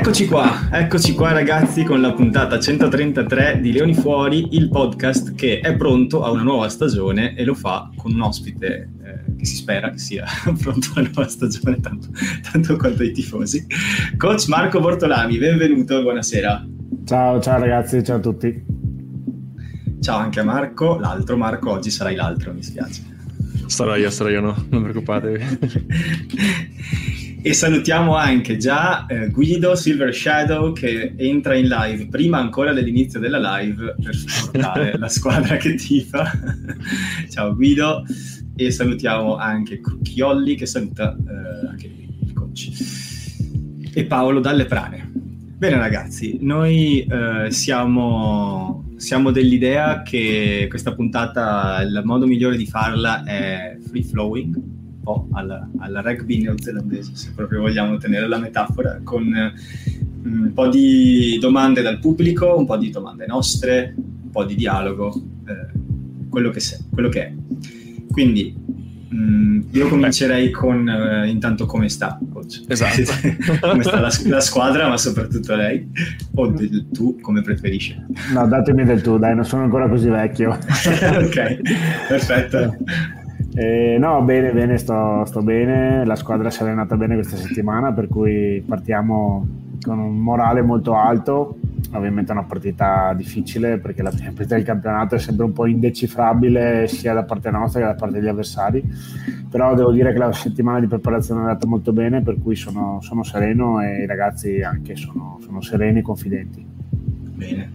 Eccoci qua ragazzi con la puntata 133 di Leoni Fuori, il podcast che è pronto a una nuova stagione e lo fa con un ospite che si spera che sia pronto alla nuova stagione tanto quanto i tifosi. Coach Marco Bortolami, benvenuto, buonasera. Ciao ragazzi, ciao a tutti. Ciao anche a Marco, l'altro Marco, oggi sarai l'altro, mi spiace. Sarò io, no, non preoccupatevi. E salutiamo anche già Guido Silver Shadow che entra in live prima ancora dell'inizio della live per supportare la squadra che tifa. Ciao Guido. E salutiamo anche Cucchiolli che saluta anche il coach. E Paolo dalle Prane. Bene ragazzi, noi siamo dell'idea che questa puntata il modo migliore di farla è free flowing, un po' alla rugby neozelandese, se proprio vogliamo tenere la metafora, con un po' di domande dal pubblico, un po' di domande nostre, un po' di dialogo, quello che è. Quindi io comincerei con intanto come sta, coach? Esatto. Come sta la squadra, ma soprattutto lei, o del tu, come preferisci? No, datemi del tu, dai, non sono ancora così vecchio. Ok, perfetto. No, bene, sto bene, la squadra si è allenata bene questa settimana, per cui partiamo con un morale molto alto. Ovviamente è una partita difficile perché la prima partita del campionato è sempre un po' indecifrabile sia da parte nostra che da parte degli avversari, però devo dire che la settimana di preparazione è andata molto bene, per cui sono sereno e i ragazzi anche sono sereni e confidenti. Bene.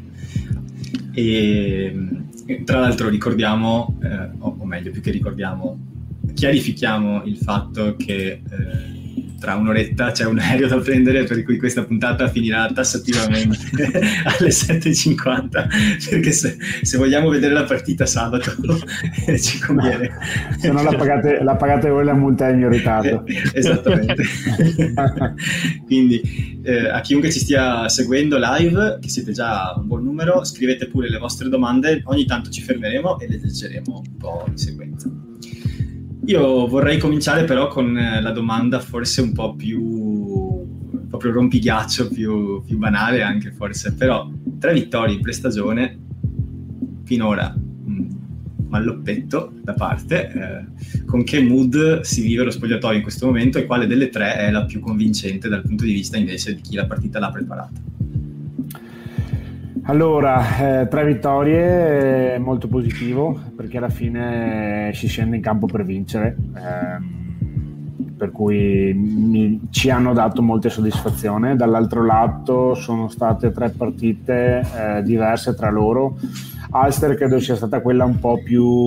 E tra l'altro ricordiamo, o meglio più che ricordiamo, chiarifichiamo il fatto che tra un'oretta c'è un aereo da prendere, per cui questa puntata finirà tassativamente alle 7:50, perché se vogliamo vedere la partita sabato ci conviene. Se no la pagate voi la multa del mio ritardo. Esattamente. Quindi a chiunque ci stia seguendo live, che siete già un buon numero, scrivete pure le vostre domande, ogni tanto ci fermeremo e le leggeremo un po' in sequenza. Io vorrei cominciare però con la domanda forse un po' più proprio rompighiaccio, più banale anche forse, però 3 vittorie in prestagione, finora malloppetto da parte, con che mood si vive lo spogliatoio in questo momento e quale delle 3 è la più convincente dal punto di vista invece di chi la partita l'ha preparata? Allora, 3 vittorie, molto positivo, perché alla fine si scende in campo per vincere, per cui ci hanno dato molte soddisfazioni. Dall'altro lato sono state 3 partite diverse tra loro. Ulster credo sia stata quella un po'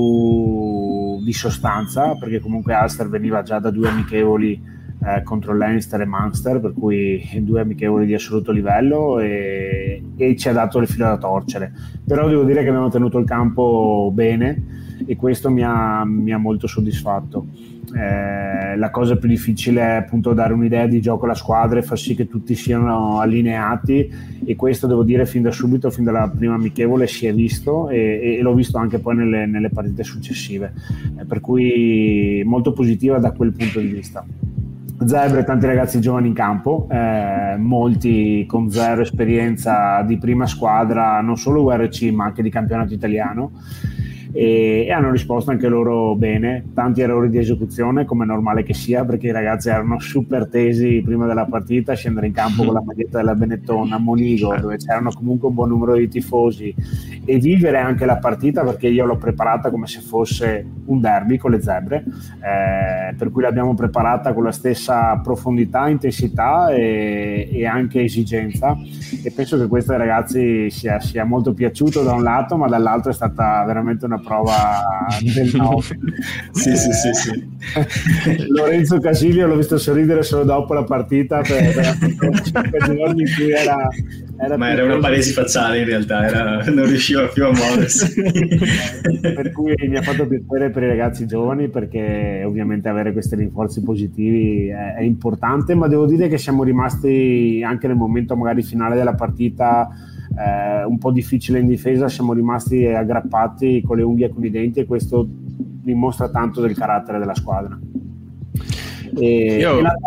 più di sostanza, perché comunque Ulster veniva già da 2 amichevoli contro Leinster e Munster, per cui 2 amichevoli di assoluto livello e ci ha dato il filo da torcere, però devo dire che abbiamo tenuto il campo bene e questo mi ha molto soddisfatto. La cosa più difficile è appunto dare un'idea di gioco alla squadra e far sì che tutti siano allineati, e questo devo dire fin da subito, fin dalla prima amichevole si è visto e l'ho visto anche poi nelle partite successive, per cui molto positiva da quel punto di vista. Zebre, tanti ragazzi giovani in campo, molti con 0 esperienza di prima squadra, non solo URC ma anche di campionato italiano, e hanno risposto anche loro bene. Tanti errori di esecuzione, come è normale che sia, perché i ragazzi erano super tesi prima della partita, scendere in campo con la maglietta della Benetton a Monigo, dove c'erano comunque un buon numero di tifosi, e vivere anche la partita, perché io l'ho preparata come se fosse un derby con le Zebre, per cui l'abbiamo preparata con la stessa profondità, intensità e anche esigenza, e penso che questo ai ragazzi sia molto piaciuto da un lato, ma dall'altro è stata veramente una prova del 9. Sì. Lorenzo Casilio l'ho visto sorridere solo dopo la partita per 5 giorni in cui era ma era una paresi facciale in realtà, non riusciva più a muoversi. Per cui mi ha fatto piacere per i ragazzi giovani, perché ovviamente avere questi rinforzi positivi è importante, ma devo dire che siamo rimasti anche nel momento magari finale della partita un po' difficile in difesa, siamo rimasti aggrappati con le unghie e con i denti, e questo dimostra tanto del carattere della squadra. E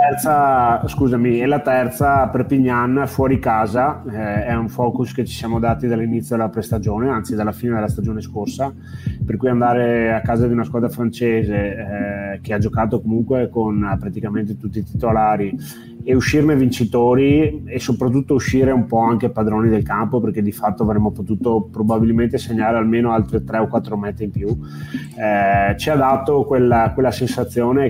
la terza Perpignan fuori casa, è un focus che ci siamo dati dall'inizio della prestagione, anzi dalla fine della stagione scorsa, per cui andare a casa di una squadra francese che ha giocato comunque con praticamente tutti i titolari e uscirne vincitori, e soprattutto uscire un po' anche padroni del campo, perché di fatto avremmo potuto probabilmente segnare almeno altre 3 o 4 mete in più, ci ha dato quella sensazione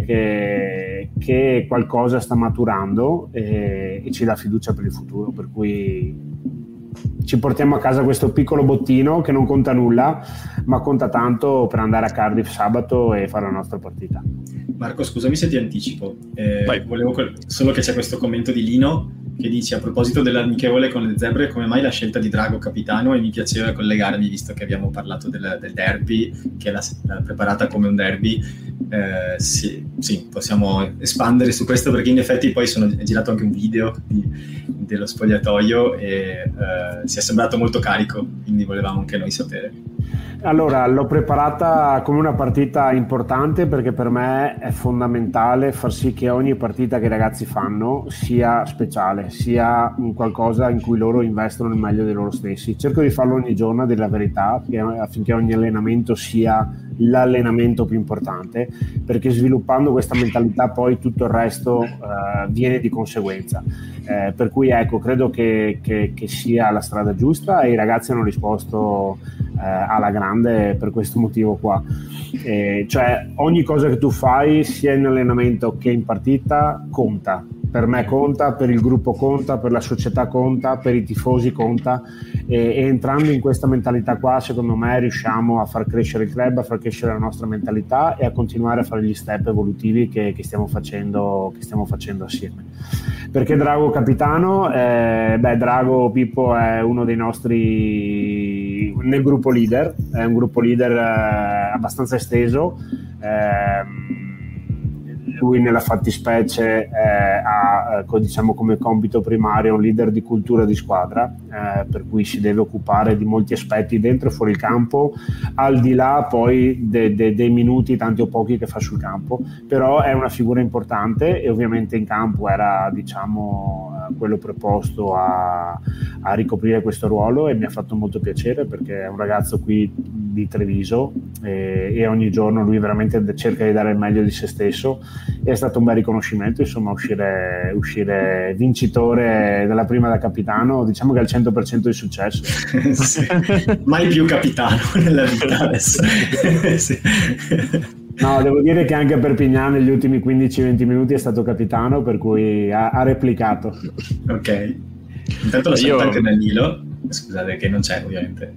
che qualcosa sta maturando e ci dà fiducia per il futuro, per cui ci portiamo a casa questo piccolo bottino che non conta nulla, ma conta tanto per andare a Cardiff sabato e fare la nostra partita. Marco, scusami se ti anticipo, volevo solo che c'è questo commento di Lino che dice: a proposito dell'amichevole con le Zebre, come mai la scelta di Drago capitano? E mi piaceva collegarmi, visto che abbiamo parlato del derby, che l'ha preparata come un derby. Sì, possiamo espandere su questo, perché in effetti poi è girato anche un video dello spogliatoio e si è sembrato molto carico, quindi volevamo anche noi sapere. Allora, l'ho preparata come una partita importante, perché per me è fondamentale far sì che ogni partita che i ragazzi fanno sia speciale, sia un qualcosa in cui loro investono il meglio di loro stessi. Cerco di farlo ogni giorno, a dire la verità, affinché ogni allenamento sia l'allenamento più importante, perché sviluppando questa mentalità poi tutto il resto viene di conseguenza. Per cui ecco, credo che sia la strada giusta, e i ragazzi hanno risposto alla grande per questo motivo qua. Cioè, ogni cosa che tu fai, sia in allenamento che in partita, conta. Per me conta, per il gruppo conta, per la società conta, per i tifosi conta, e entrando in questa mentalità qua, secondo me riusciamo a far crescere il club, a far crescere la nostra mentalità e a continuare a fare gli step evolutivi che stiamo facendo assieme. Perché Drago capitano? Drago Pippo è uno dei nostri nel gruppo leader, è un gruppo leader abbastanza esteso. Lui nella fattispecie ha diciamo come compito primario un leader di cultura di squadra, per cui si deve occupare di molti aspetti dentro e fuori il campo, al di là poi dei minuti, tanti o pochi, che fa sul campo. Però è una figura importante, e ovviamente in campo era, diciamo, quello preposto a ricoprire questo ruolo, e mi ha fatto molto piacere, perché è un ragazzo qui di Treviso e ogni giorno lui veramente cerca di dare il meglio di se stesso, e è stato un bel riconoscimento, insomma, uscire vincitore della prima da capitano, diciamo che è al 100% di successo. Sì. Mai più capitano nella vita adesso. Sì. No, devo dire che anche Perpignan negli ultimi 15-20 minuti è stato capitano, per cui ha replicato. Ok, intanto lo saluto anche Danilo, scusate che non c'è ovviamente,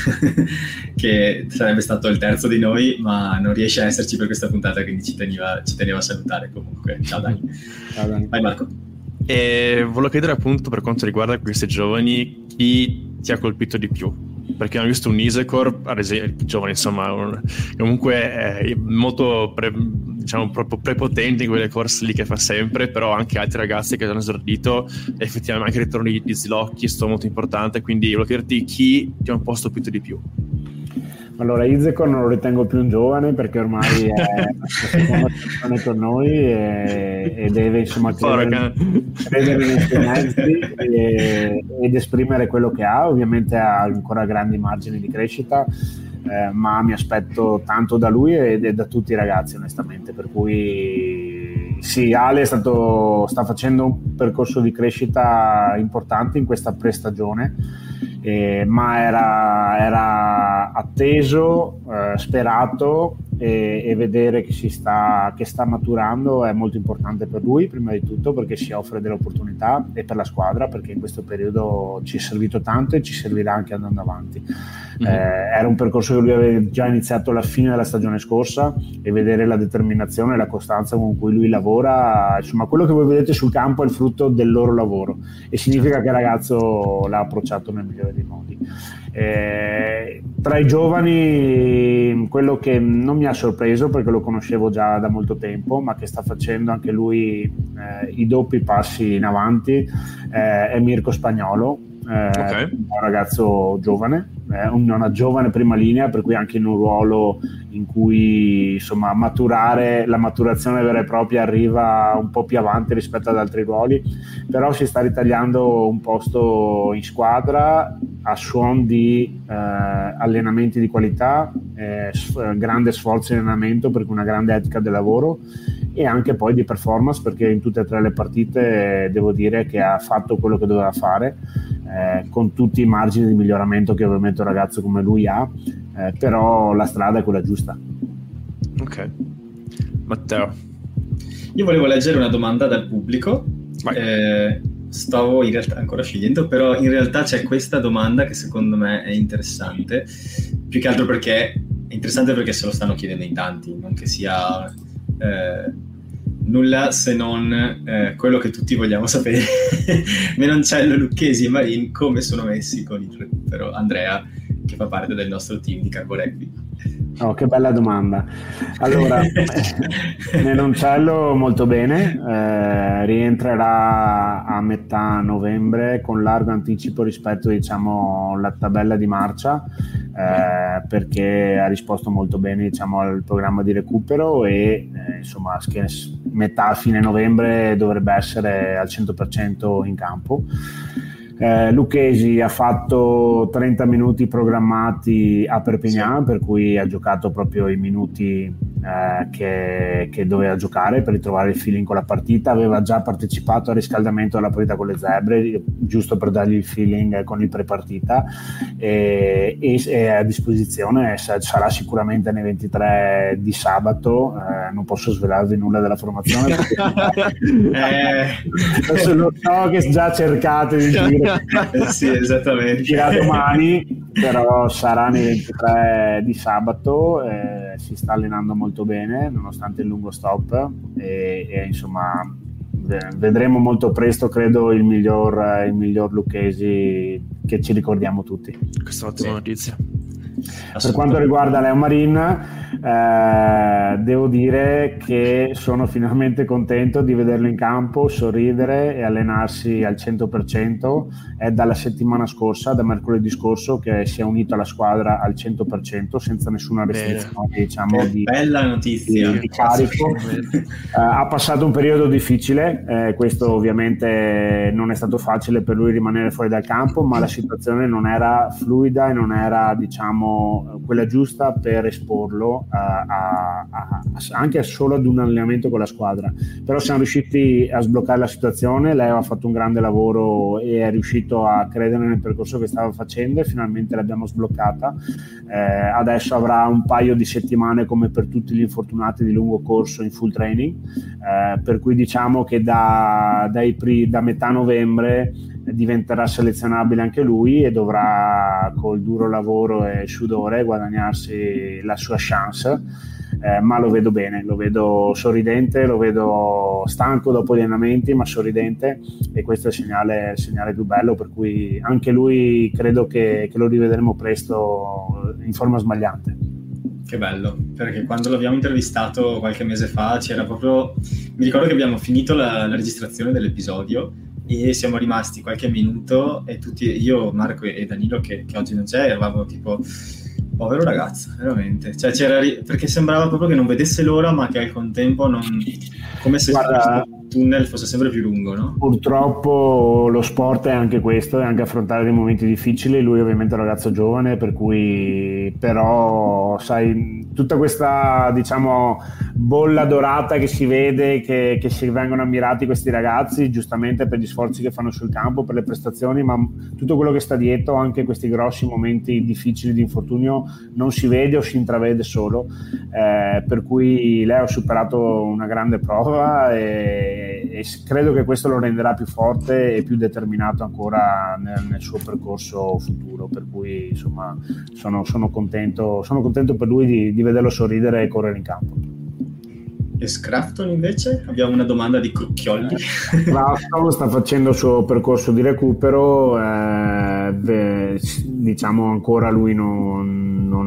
che sarebbe stato il terzo di noi, ma non riesce a esserci per questa puntata, quindi ci teneva a salutare comunque. Ciao Dani. Ciao Dani. Vai Marco. E volevo chiedere, appunto, per quanto riguarda questi giovani, chi ti ha colpito di più? Perché abbiamo visto un Isecor, ad esempio, giovane, insomma, comunque è molto proprio prepotente in quelle corse lì che fa sempre, però anche altri ragazzi che hanno esordito, effettivamente anche il ritorno di Zlocchi è stato molto importante, quindi volevo chiederti chi ti ha un po' stupito di più. Allora, Izekor non lo ritengo più un giovane, perché ormai è la seconda stagione con noi e deve, insomma, credere nei suoi mezzi ed esprimere quello che ha. Ovviamente ha ancora grandi margini di crescita, ma mi aspetto tanto da lui e da tutti i ragazzi, onestamente. Per cui sì, Ale sta facendo un percorso di crescita importante in questa prestagione, ma era atteso, sperato, e vedere che sta maturando è molto importante per lui, prima di tutto perché si offre delle opportunità, e per la squadra perché in questo periodo ci è servito tanto e ci servirà anche andando avanti. Era un percorso che lui aveva già iniziato alla fine della stagione scorsa, e vedere la determinazione e la costanza con cui lui lavora, insomma, quello che voi vedete sul campo è il frutto del loro lavoro, e significa che il ragazzo l'ha approcciato nel migliore dei modi. Tra i giovani, quello che non mi ha sorpreso, perché lo conoscevo già da molto tempo, ma che sta facendo anche lui i doppi passi in avanti, è Mirko Spagnolo. Un ragazzo giovane, è una giovane prima linea, per cui anche in un ruolo in cui insomma la maturazione vera e propria arriva un po' più avanti rispetto ad altri ruoli, però si sta ritagliando un posto in squadra a suon di allenamenti di qualità, grande sforzo di allenamento, perché una grande etica del lavoro, e anche poi di performance, perché in tutte e tre le partite devo dire che ha fatto quello che doveva fare, con tutti i margini di miglioramento che ovviamente un ragazzo come lui ha, però la strada è quella giusta. Ok, Matteo. Io volevo leggere una domanda dal pubblico. Stavo in realtà ancora scegliendo, però in realtà c'è questa domanda che secondo me è interessante, più che altro perché è interessante perché se lo stanno chiedendo in tanti, non che sia nulla se non quello che tutti vogliamo sapere. Menoncello, Lucchesi e Marin come sono messi con il recupero? Andrea, che fa parte del nostro team di Carbo Rugby. Oh, che bella domanda. Allora, Menoncello molto bene, rientrerà a metà novembre con largo anticipo rispetto, diciamo, alla tabella di marcia, perché ha risposto molto bene, diciamo, al programma di recupero e insomma metà fine novembre dovrebbe essere al 100% in campo. Lucchesi ha fatto 30 minuti programmati a Perpignan, sì, per cui ha giocato proprio i minuti che doveva giocare per ritrovare il feeling con la partita. Aveva già partecipato al riscaldamento della partita con le Zebre, giusto per dargli il feeling con il prepartita, e è a disposizione, sarà sicuramente nei 23 di sabato. Non posso svelarvi nulla della formazione perché lo so che già cercate di dire sì, esattamente, domani, però sarà nei 23 di sabato. Si sta allenando molto bene nonostante il lungo stop e insomma vedremo molto presto, credo, il miglior Lucchesi che ci ricordiamo tutti. Questa è un'ottima notizia. Per quanto riguarda Leo Marin, devo dire che sono finalmente contento di vederlo in campo, sorridere e allenarsi al 100%. È dalla settimana scorsa, da mercoledì scorso, che si è unito alla squadra al 100%, senza nessuna restrizione, diciamo, bella notizia di carico. Ha passato un periodo difficile, questo ovviamente non è stato facile per lui rimanere fuori dal campo, ma la situazione non era fluida e non era, diciamo, quella giusta per esporlo anche solo ad un allenamento con la squadra. Però siamo riusciti a sbloccare la situazione. Lei ha fatto un grande lavoro e è riuscito a credere nel percorso che stava facendo e finalmente l'abbiamo sbloccata. Adesso avrà un paio di settimane, come per tutti gli infortunati, di lungo corso in full training, per cui diciamo che da metà novembre diventerà selezionabile anche lui e dovrà col duro lavoro e sudore guadagnarsi la sua chance, ma lo vedo bene, lo vedo sorridente, lo vedo stanco dopo gli allenamenti ma sorridente, e questo è il segnale più bello, per cui anche lui credo che lo rivedremo presto in forma smagliante. Che bello, perché quando l'abbiamo intervistato qualche mese fa c'era proprio, mi ricordo che abbiamo finito la registrazione dell'episodio e siamo rimasti qualche minuto e tutti, io, Marco e Danilo che oggi non c'è, eravamo tipo povero ragazzo, veramente, cioè perché sembrava proprio che non vedesse l'ora, ma che al contempo non, come se il tunnel fosse sempre più lungo, no? Purtroppo lo sport è anche questo, è anche affrontare dei momenti difficili. Lui ovviamente è un ragazzo giovane, per cui però sai, tutta questa, diciamo, bolla dorata che si vede, che si vengono ammirati questi ragazzi giustamente per gli sforzi che fanno sul campo, per le prestazioni, ma tutto quello che sta dietro, anche questi grossi momenti difficili di infortunio, non si vede o si intravede solo, per cui lei ha superato una grande prova e credo che questo lo renderà più forte e più determinato ancora nel suo percorso futuro, per cui insomma sono contento per lui di vederlo sorridere e correre in campo. E Scrafton invece? Abbiamo una domanda di Cocchiolli. Scrafton sta facendo il suo percorso di recupero, diciamo ancora lui non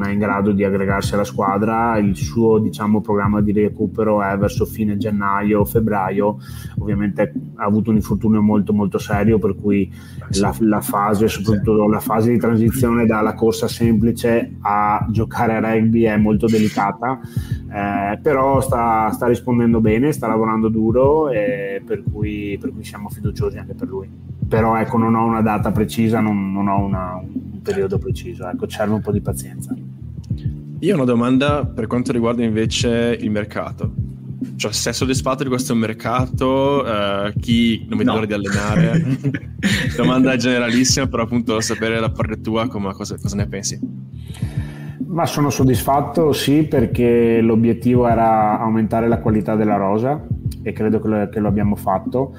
è in grado di aggregarsi alla squadra. Il suo, diciamo, programma di recupero è verso fine gennaio-febbraio. Ovviamente ha avuto un infortunio molto molto serio, per cui la fase, soprattutto la fase di transizione dalla corsa semplice a giocare a rugby è molto delicata, però sta rispondendo bene, sta lavorando duro, per cui siamo fiduciosi anche per lui. Però ecco, non ho una data precisa, non ho un periodo preciso, ecco, serve un po' di pazienza. Io ho una domanda per quanto riguarda invece il mercato. Cioè, sei soddisfatto di questo mercato? Chi non vede l'ora di allenare? Domanda generalissima, però appunto sapere da parte tua cosa ne pensi. Ma sono soddisfatto, sì, perché l'obiettivo era aumentare la qualità della rosa e credo che lo abbiamo fatto.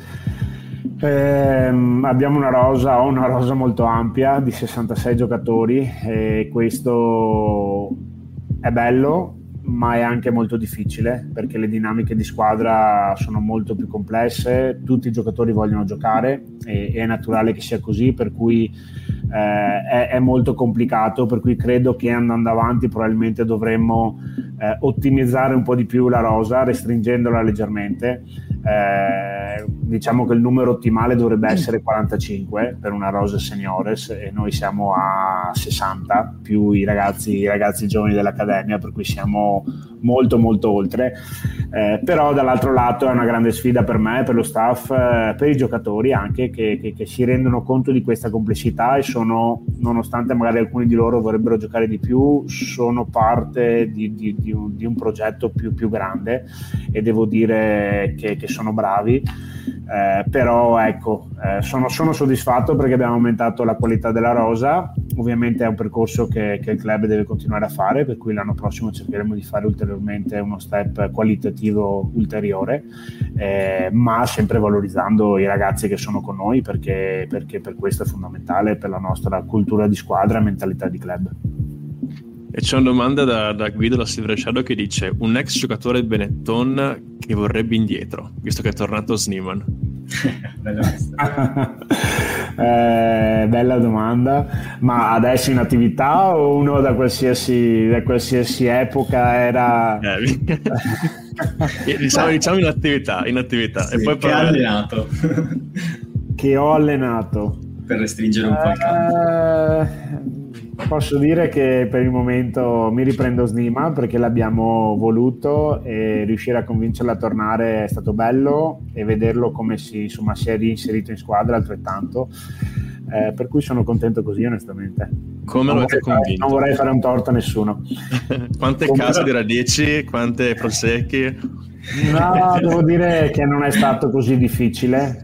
Abbiamo una rosa molto ampia di 66 giocatori e questo è bello, ma è anche molto difficile perché le dinamiche di squadra sono molto più complesse, tutti i giocatori vogliono giocare e è naturale che sia così, per cui è molto complicato, per cui credo che andando avanti probabilmente dovremmo ottimizzare un po' di più la rosa, restringendola leggermente. Diciamo che il numero ottimale dovrebbe essere 45 per una rosa seniores e noi siamo a 60 più i ragazzi giovani dell'accademia, per cui siamo molto molto oltre, però dall'altro lato è una grande sfida per me, per lo staff, per i giocatori anche che si rendono conto di questa complessità e sono, nonostante magari alcuni di loro vorrebbero giocare di più, sono parte di un progetto più grande e devo dire che sono bravi, però ecco, sono soddisfatto perché abbiamo aumentato la qualità della rosa. Ovviamente è un percorso che il club deve continuare a fare, per cui l'anno prossimo cercheremo di fare ulteriormente uno step qualitativo ulteriore, ma sempre valorizzando i ragazzi che sono con noi, perché per questo è fondamentale per la nostra cultura di squadra e mentalità di club. E c'è una domanda da Guido, la Silver Shadow, che dice: un ex giocatore Benetton che vorrebbe indietro, visto che è tornato Sneeman. Bella domanda, ma adesso in attività o uno da qualsiasi epoca era? Diciamo in attività. Sì, E poi che ha allenato. Che ho allenato Per restringere un po' il campo. Posso dire che per il momento mi riprendo Snima perché l'abbiamo voluto e riuscire a convincerla a tornare è stato bello, e vederlo come si è reinserito in squadra altrettanto, per cui sono contento così, onestamente. Come lo avete convinto? Non vorrei fare un torto a nessuno. Quante case di radici, quante prosecchi? No, devo dire che non è stato così difficile,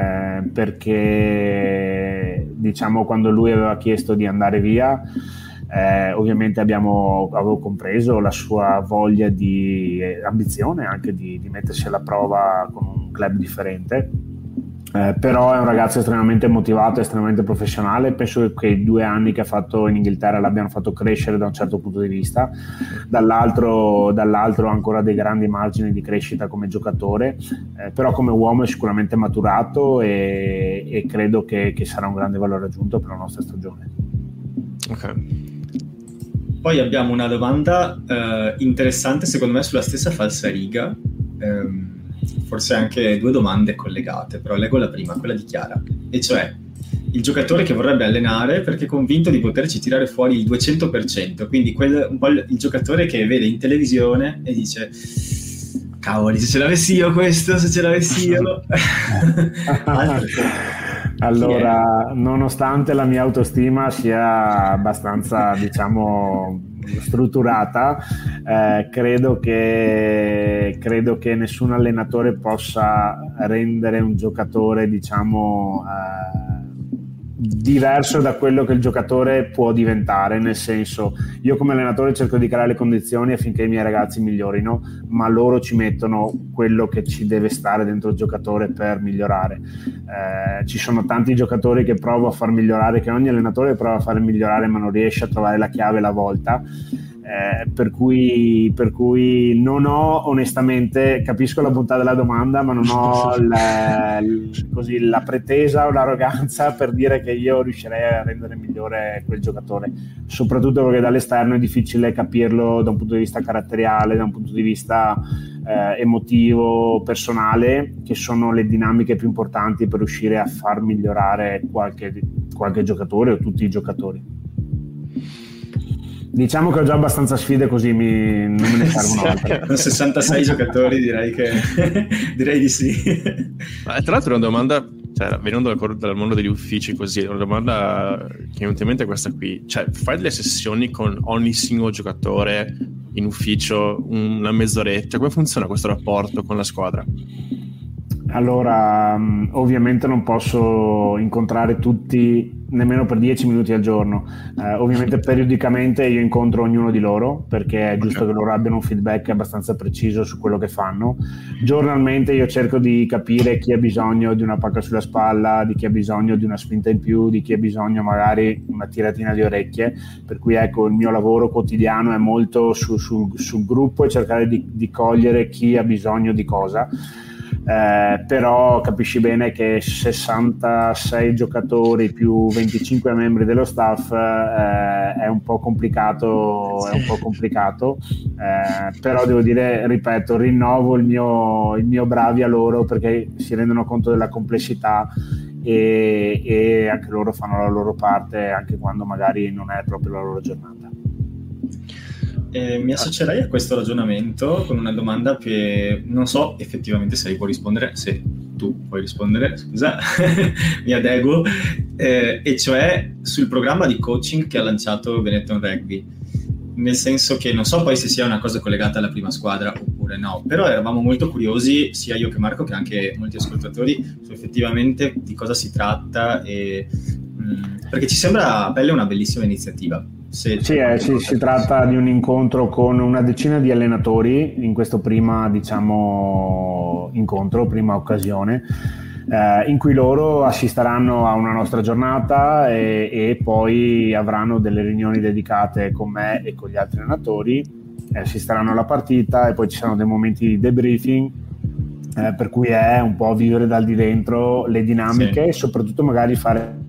perché diciamo quando lui aveva chiesto di andare via, ovviamente avevo compreso la sua voglia di ambizione anche di mettersi alla prova con un club differente. Però è un ragazzo estremamente motivato, estremamente professionale. Penso che i 2 anni che ha fatto in Inghilterra l'abbiano fatto crescere da un certo punto di vista, dall'altro ha ancora dei grandi margini di crescita come giocatore, però come uomo è sicuramente maturato e credo che sarà un grande valore aggiunto per la nostra stagione. Ok. Poi abbiamo una domanda interessante secondo me sulla stessa falsariga, forse anche 2 domande collegate, però leggo la prima, quella di Chiara, e cioè il giocatore che vorrebbe allenare perché è convinto di poterci tirare fuori il 200%, quindi un po' il giocatore che vede in televisione e dice: cavoli, se ce l'avessi io questo, se ce l'avessi io. Allora, nonostante la mia autostima sia abbastanza, diciamo, strutturata, credo che nessun allenatore possa rendere un giocatore, diciamo, diverso da quello che il giocatore può diventare. Nel senso, io come allenatore cerco di creare le condizioni affinché i miei ragazzi migliorino, ma loro ci mettono quello che ci deve stare dentro il giocatore per migliorare. Ci sono tanti giocatori che provo a far migliorare, che ogni allenatore prova a fare migliorare, ma non riesce a trovare la chiave la volta. per cui non ho, onestamente, capisco la bontà della domanda, ma non ho la pretesa o l'arroganza per dire che io riuscirei a rendere migliore quel giocatore, soprattutto perché dall'esterno è difficile capirlo da un punto di vista caratteriale, da un punto di vista emotivo, personale, che sono le dinamiche più importanti per riuscire a far migliorare qualche giocatore o tutti i giocatori. Diciamo che ho già abbastanza sfide, così non me ne servono altre. Con 66 giocatori direi di sì. Tra l'altro una domanda, cioè, venendo dal mondo degli uffici così, una domanda che mi è venuta in mente è questa qui. Cioè, fai delle sessioni con ogni singolo giocatore in ufficio, una mezz'oretta? Come funziona questo rapporto con la squadra? Allora, ovviamente non posso incontrare tutti nemmeno per 10 minuti al giorno. Ovviamente periodicamente io incontro ognuno di loro, perché è giusto che loro abbiano un feedback abbastanza preciso su quello che fanno. Giornalmente io cerco di capire chi ha bisogno di una pacca sulla spalla, di chi ha bisogno di una spinta in più, di chi ha bisogno magari una tiratina di orecchie, per cui ecco, il mio lavoro quotidiano è molto sul gruppo e cercare di cogliere chi ha bisogno di cosa. Però capisci bene che 66 giocatori più 25 membri dello staff è un po' complicato, però devo dire, ripeto, rinnovo il mio bravi a loro, perché si rendono conto della complessità e anche loro fanno la loro parte anche quando magari non è proprio la loro giornata. Mi associerei a questo ragionamento con una domanda che non so effettivamente se lei può rispondere, se tu puoi rispondere, scusa, mi adeguo, e cioè sul programma di coaching che ha lanciato Benetton Rugby, nel senso che non so poi se sia una cosa collegata alla prima squadra oppure no, però eravamo molto curiosi, sia io che Marco che anche molti ascoltatori, su effettivamente di cosa si tratta, perché ci sembra a pelle una bellissima iniziativa. Si tratta di un incontro con una decina di allenatori in questo prima occasione, in cui loro assisteranno a una nostra giornata e poi avranno delle riunioni dedicate con me e con gli altri allenatori, assisteranno alla partita e poi ci saranno dei momenti di debriefing, per cui è un po' vivere dal di dentro le dinamiche e soprattutto magari fare...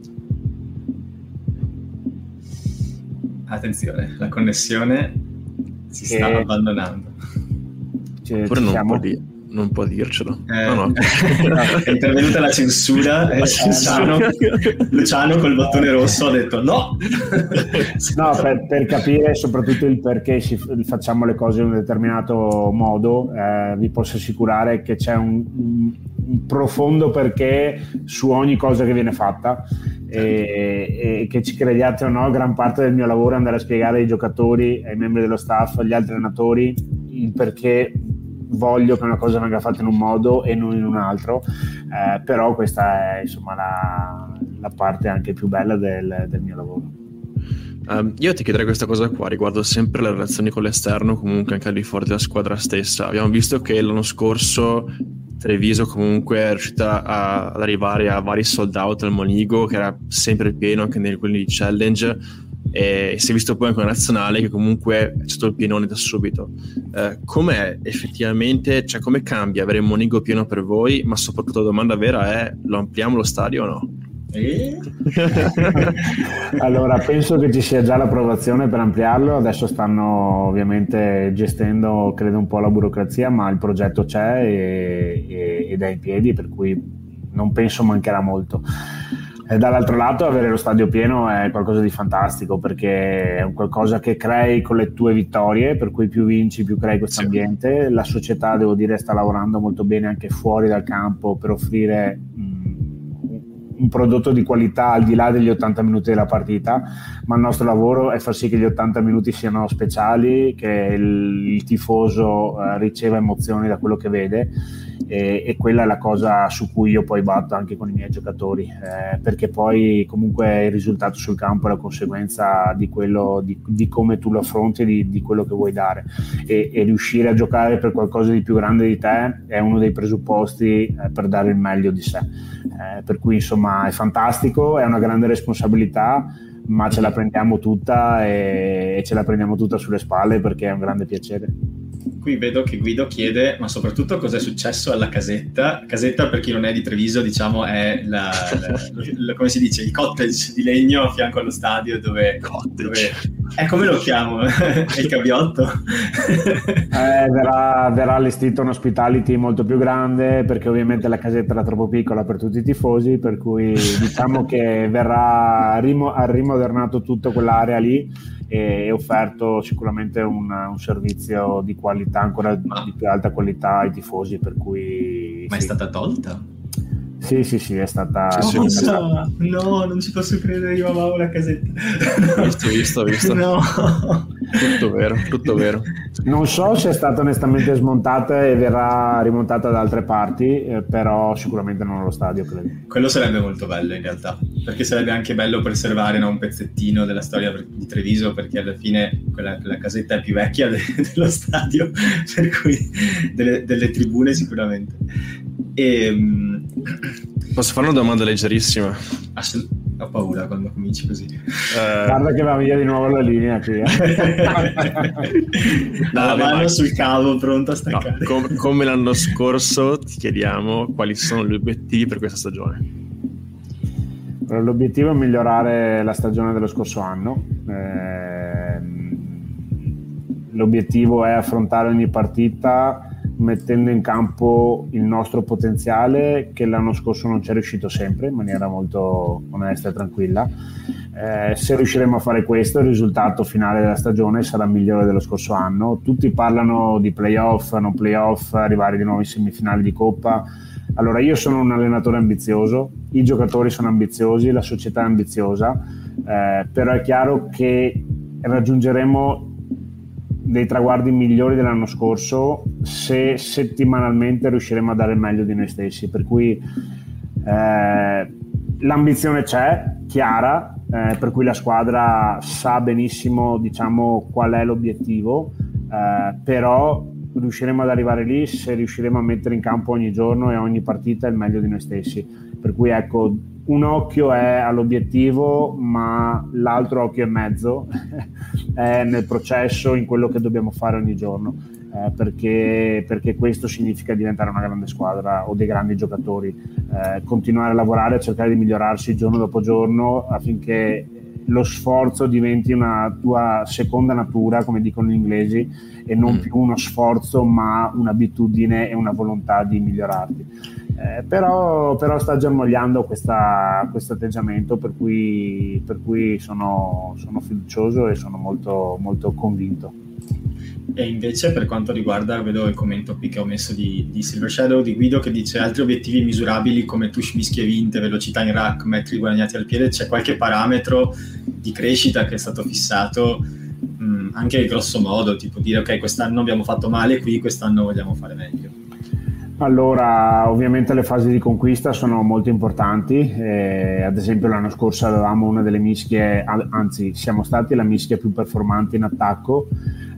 Attenzione, la connessione si sta abbandonando. Oppure non può dircelo. No. È intervenuta la censura e Luciano col bottone rosso ha detto no. No, per capire soprattutto il perché facciamo le cose in un determinato modo, vi posso assicurare che c'è un profondo perché su ogni cosa che viene fatta, e che ci crediate o no, gran parte del mio lavoro è andare a spiegare ai giocatori, ai membri dello staff, agli altri allenatori il perché voglio che una cosa venga fatta in un modo e non in un altro, però questa è insomma la parte anche più bella del mio lavoro. Io ti chiederei questa cosa qua riguardo sempre le relazioni con l'esterno, comunque anche al di fuori della squadra stessa. Abbiamo visto che l'anno scorso Treviso comunque è riuscita ad arrivare a vari sold out al Monigo, che era sempre pieno anche nei quelli di challenge, e si è visto poi anche una nazionale che comunque è stato il pienone da subito. Com'è effettivamente, cioè come cambia avere il Monigo pieno per voi, ma soprattutto la domanda vera è: lo ampliamo lo stadio o no? Allora, penso che ci sia già l'approvazione per ampliarlo, adesso stanno ovviamente gestendo, credo, un po' la burocrazia, ma il progetto c'è ed è in piedi, per cui non penso mancherà molto. E dall'altro lato avere lo stadio pieno è qualcosa di fantastico, perché è un qualcosa che crei con le tue vittorie, per cui più vinci più crei questo ambiente. La società, devo dire, sta lavorando molto bene anche fuori dal campo per offrire un prodotto di qualità al di là degli 80 minuti della partita, ma il nostro lavoro è far sì che gli 80 minuti siano speciali, che il tifoso riceva emozioni da quello che vede, e quella è la cosa su cui io poi batto anche con i miei giocatori, perché poi comunque il risultato sul campo è la conseguenza di quello, di come tu lo affronti e di quello che vuoi dare, e riuscire a giocare per qualcosa di più grande di te è uno dei presupposti per dare il meglio di sé, per cui insomma è fantastico, è una grande responsabilità, ma ce la prendiamo tutta e ce la prendiamo tutta sulle spalle perché è un grande piacere. Qui vedo che Guido chiede, ma soprattutto cosa è successo alla casetta. Casetta, per chi non è di Treviso, diciamo è come si dice, il cottage di legno a fianco allo stadio dove come lo chiamo? È il caviotto? Verrà allestito un hospitality molto più grande, perché ovviamente la casetta era troppo piccola per tutti i tifosi, per cui diciamo che verrà rimodernato tutto quell'area lì e offerto sicuramente un servizio di qualità, ancora di più alta qualità ai tifosi, per cui ma sì. È stata tolta? Sì, è stata... No, non ci posso credere, io amavo la casetta. Visto. No. Tutto vero. Non so se è stata onestamente smontata e verrà rimontata da altre parti, però sicuramente non allo stadio, credo. Quello sarebbe molto bello in realtà, perché sarebbe anche bello preservare, no, un pezzettino della storia di Treviso, perché alla fine quella casetta è più vecchia dello stadio, per cui delle tribune sicuramente. Posso fare una domanda leggerissima? Ho paura quando cominci così. Guarda che va via di nuovo la linea qui. La mano sul cavo, pronto a staccare. No, come l'anno scorso ti chiediamo quali sono gli obiettivi per questa stagione. L'obiettivo è migliorare la stagione dello scorso anno. L'obiettivo è affrontare ogni partita mettendo in campo il nostro potenziale, che l'anno scorso non ci è riuscito sempre in maniera molto onesta e tranquilla. Se riusciremo a fare questo, il risultato finale della stagione sarà migliore dello scorso anno. Tutti parlano di playoff, non playoff, arrivare di nuovo in semifinali di Coppa. Allora, io sono un allenatore ambizioso, i giocatori sono ambiziosi, la società è ambiziosa, però è chiaro che raggiungeremo dei traguardi migliori dell'anno scorso se settimanalmente riusciremo a dare il meglio di noi stessi, per cui l'ambizione c'è, chiara, per cui la squadra sa benissimo, diciamo, qual è l'obiettivo, però riusciremo ad arrivare lì se riusciremo a mettere in campo ogni giorno e ogni partita il meglio di noi stessi, per cui ecco, un occhio è all'obiettivo, ma l'altro occhio e mezzo è nel processo, in quello che dobbiamo fare ogni giorno, perché questo significa diventare una grande squadra o dei grandi giocatori, continuare a lavorare, a cercare di migliorarsi giorno dopo giorno affinché lo sforzo diventi una tua seconda natura, come dicono gli inglesi, e non più uno sforzo ma un'abitudine e una volontà di migliorarti. Però sta germogliando questo atteggiamento, per cui sono fiducioso e sono molto, molto convinto. E invece per quanto riguarda, vedo il commento qui che ho messo di Silver Shadow, di Guido, che dice altri obiettivi misurabili come touch mischie vinte, velocità in rack, metri guadagnati al piede, c'è qualche parametro di crescita che è stato fissato, anche grosso modo, tipo dire ok, quest'anno abbiamo fatto male qui, quest'anno vogliamo fare meglio? Allora, ovviamente le fasi di conquista sono molto importanti, ad esempio l'anno scorso avevamo una delle mischie, anzi siamo stati la mischia più performante in attacco,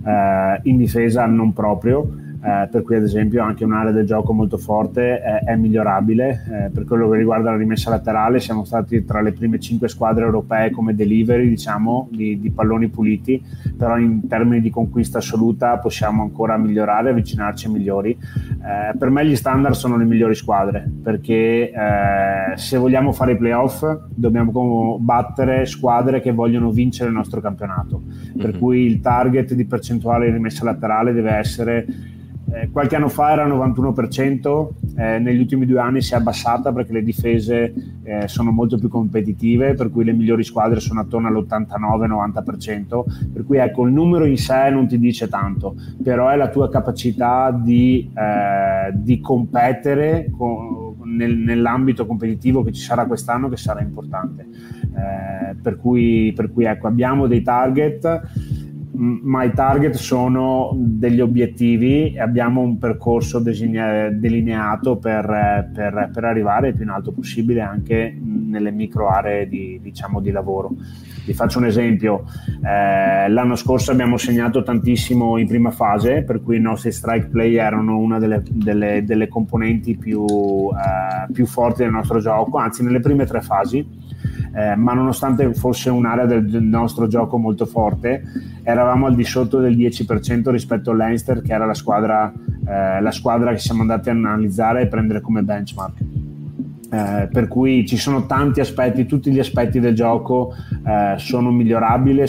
in difesa non proprio, per cui ad esempio anche un'area del gioco molto forte è migliorabile. Per quello che riguarda la rimessa laterale siamo stati tra le prime 5 squadre europee come delivery, diciamo, di palloni puliti, però in termini di conquista assoluta possiamo ancora migliorare, avvicinarci ai migliori. Per me gli standard sono le migliori squadre, perché se vogliamo fare i playoff dobbiamo battere squadre che vogliono vincere il nostro campionato, per cui il target di percentuale di rimessa laterale deve essere, qualche anno fa era 91%, negli ultimi 2 anni si è abbassata perché le difese sono molto più competitive, per cui le migliori squadre sono attorno all'89-90%, per cui ecco, il numero in sé non ti dice tanto, però è la tua capacità di competere nell'ambito competitivo che ci sarà quest'anno che sarà importante, per cui ecco, abbiamo dei target. my target sono degli obiettivi e abbiamo un percorso delineato per arrivare il più in alto possibile anche nelle micro aree di lavoro. Vi faccio un esempio: l'anno scorso abbiamo segnato tantissimo in prima fase, per cui i nostri strike play erano una delle componenti più forti del nostro gioco, anzi nelle prime 3 fasi. Ma nonostante fosse un'area del nostro gioco molto forte, eravamo al di sotto del 10% rispetto all'Leinster, che era la squadra che siamo andati a analizzare e prendere come benchmark. Per cui ci sono tanti aspetti, tutti gli aspetti del gioco sono migliorabili,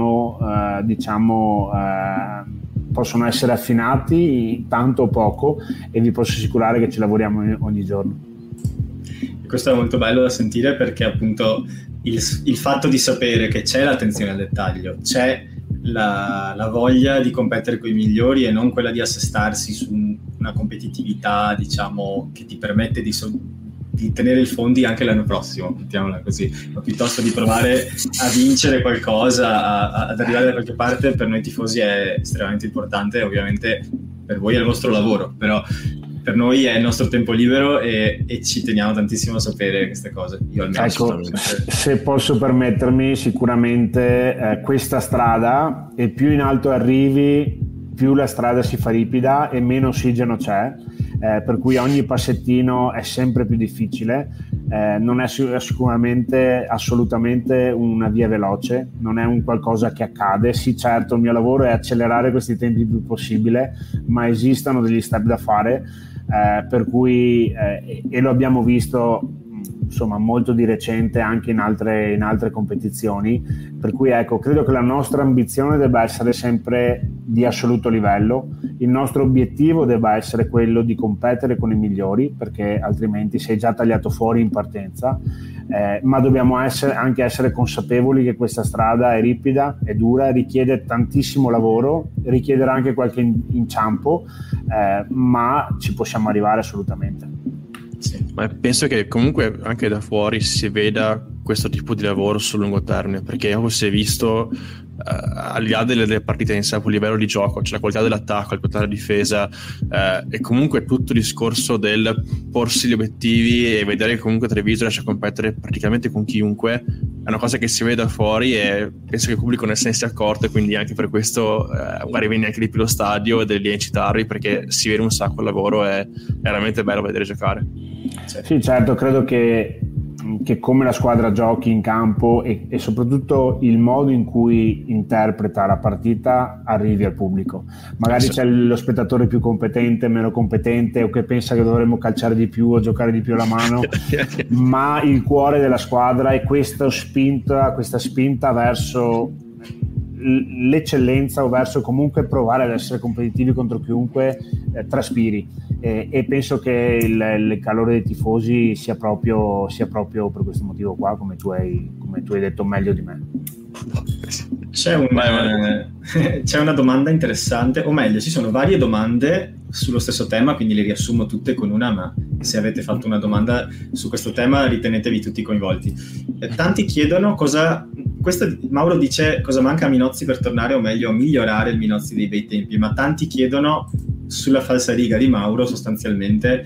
possono essere affinati tanto o poco, e vi posso assicurare che ci lavoriamo ogni giorno. Questo è molto bello da sentire, perché appunto il fatto di sapere che c'è l'attenzione al dettaglio, c'è la voglia di competere con i migliori e non quella di assestarsi su una competitività, diciamo, che ti permette di tenere i fondi anche l'anno prossimo, mettiamola così, ma piuttosto di provare a vincere qualcosa, ad arrivare da qualche parte. Per noi tifosi è estremamente importante. Ovviamente per voi è il vostro lavoro, però per noi è il nostro tempo libero e ci teniamo tantissimo a sapere queste cose. Io almeno, ecco, se posso permettermi, sicuramente questa strada, e più in alto arrivi, più la strada si fa ripida e meno ossigeno c'è, per cui ogni passettino è sempre più difficile. Non è sicuramente assolutamente una via veloce, non è un qualcosa che accade. Sì, certo, il mio lavoro è accelerare questi tempi il più possibile, ma esistono degli step da fare, per cui e lo abbiamo visto insomma molto di recente anche in altre competizioni, per cui ecco, credo che la nostra ambizione debba essere sempre di assoluto livello, il nostro obiettivo debba essere quello di competere con i migliori, perché altrimenti sei già tagliato fuori in partenza, ma dobbiamo anche essere consapevoli che questa strada è ripida, è dura, richiede tantissimo lavoro, richiederà anche qualche inciampo, ma ci possiamo arrivare assolutamente. Sì, ma penso che comunque anche da fuori si veda questo tipo di lavoro sul lungo termine, perché si è visto al di là delle partite in sé, a livello di gioco, cioè la qualità dell'attacco, la qualità della difesa, e comunque tutto il discorso del porsi gli obiettivi e vedere che comunque Treviso riesce a competere praticamente con chiunque è una cosa che si vede da fuori, e penso che il pubblico ne sia accorto, e quindi anche per questo magari vieni anche di più allo stadio ed è lì a incitarvi, perché si vede un sacco il lavoro, è veramente bello vedere giocare. Sì, certo, credo che come la squadra giochi in campo e soprattutto il modo in cui interpreta la partita arrivi al pubblico. Magari c'è lo spettatore più competente, meno competente, o che pensa che dovremmo calciare di più o giocare di più alla mano, ma il cuore della squadra è questa spinta verso l'eccellenza, o verso comunque provare ad essere competitivi contro chiunque, traspiri, e penso che il calore dei tifosi sia proprio per questo motivo qua, come tu hai detto meglio di me. C'è una domanda interessante, o meglio ci sono varie domande sullo stesso tema, quindi le riassumo tutte con una, ma se avete fatto una domanda su questo tema ritenetevi tutti coinvolti. Tanti chiedono Mauro dice cosa manca a Minozzi per tornare, o meglio a migliorare il Minozzi dei bei tempi, ma tanti chiedono sulla falsariga di Mauro sostanzialmente,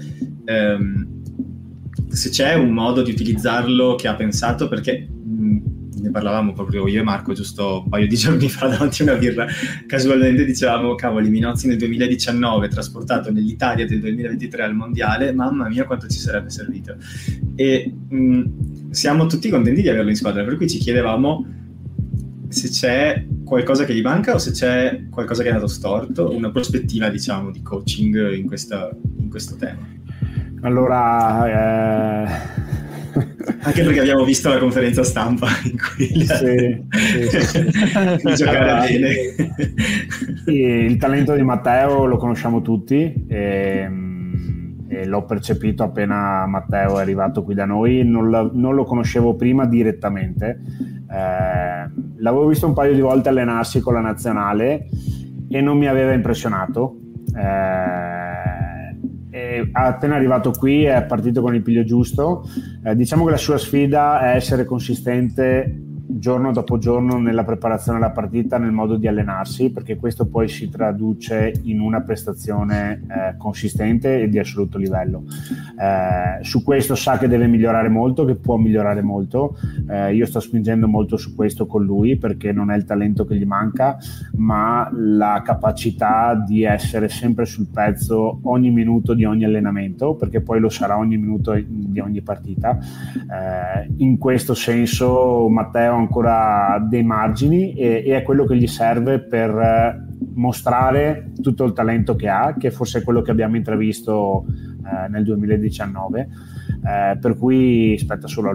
se c'è un modo di utilizzarlo che ha pensato, perché ne parlavamo proprio io e Marco giusto un paio di giorni fa davanti a una birra, casualmente dicevamo cavoli, Minozzi nel 2019 trasportato nell'Italia del 2023 al mondiale, mamma mia quanto ci sarebbe servito, e siamo tutti contenti di averlo in squadra, per cui ci chiedevamo se c'è qualcosa che gli manca o se c'è qualcosa che è andato storto, una prospettiva diciamo di coaching in questo tema. Allora anche perché abbiamo visto la conferenza stampa in cui di giocare bene. Sì, il talento di Matteo lo conosciamo tutti, e l'ho percepito appena Matteo è arrivato qui da noi. Non lo conoscevo prima direttamente, l'avevo visto un paio di volte allenarsi con la nazionale e non mi aveva impressionato. Appena arrivato qui è partito con il piglio giusto. Diciamo che la sua sfida è essere consistente giorno dopo giorno nella preparazione alla partita, nel modo di allenarsi, perché questo poi si traduce in una prestazione consistente e di assoluto livello. Su questo sa che deve migliorare molto, che può migliorare molto. Io sto spingendo molto su questo con lui, perché non è il talento che gli manca, ma la capacità di essere sempre sul pezzo ogni minuto di ogni allenamento, perché poi lo sarà ogni minuto di ogni partita. In questo senso Matteo ha ancora dei margini e è quello che gli serve per mostrare tutto il talento che ha, che forse è quello che abbiamo intravisto nel 2019, per cui spetta solo a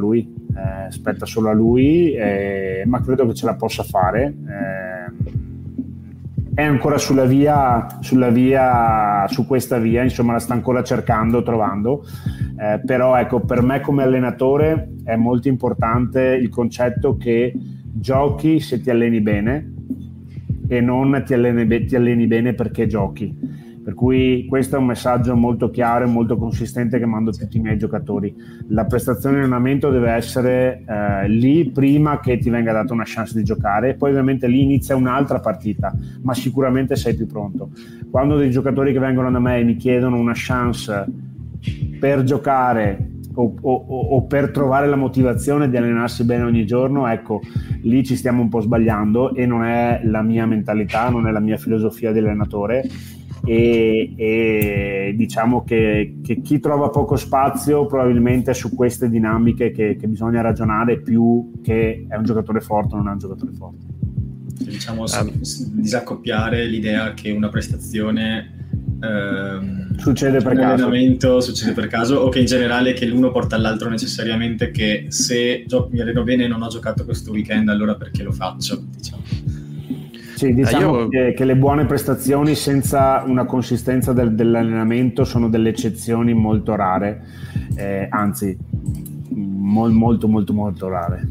lui, ma credo che ce la possa fare. È ancora su questa via, insomma, la sta ancora cercando, trovando, però ecco, per me come allenatore è molto importante il concetto che giochi se ti alleni bene e non ti alleni bene perché giochi. Per cui questo è un messaggio molto chiaro e molto consistente che mando a tutti i miei giocatori. La prestazione in allenamento deve essere lì prima che ti venga data una chance di giocare, poi ovviamente lì inizia un'altra partita, ma sicuramente sei più pronto. Quando dei giocatori che vengono da me e mi chiedono una chance per giocare o per trovare la motivazione di allenarsi bene ogni giorno, ecco, lì ci stiamo un po' sbagliando e non è la mia mentalità, non è la mia filosofia di allenatore. E diciamo che chi trova poco spazio probabilmente è su queste dinamiche che bisogna ragionare, più che è un giocatore forte o non è un giocatore forte. Diciamo disaccoppiare l'idea che una prestazione succede per un caso, allenamento succede per caso, o che in generale che l'uno porta all'altro necessariamente, che se mi alleno bene e non ho giocato questo weekend allora perché lo faccio, diciamo. Sì, diciamo che le buone prestazioni senza una consistenza dell'allenamento sono delle eccezioni molto rare, anzi molto molto molto rare.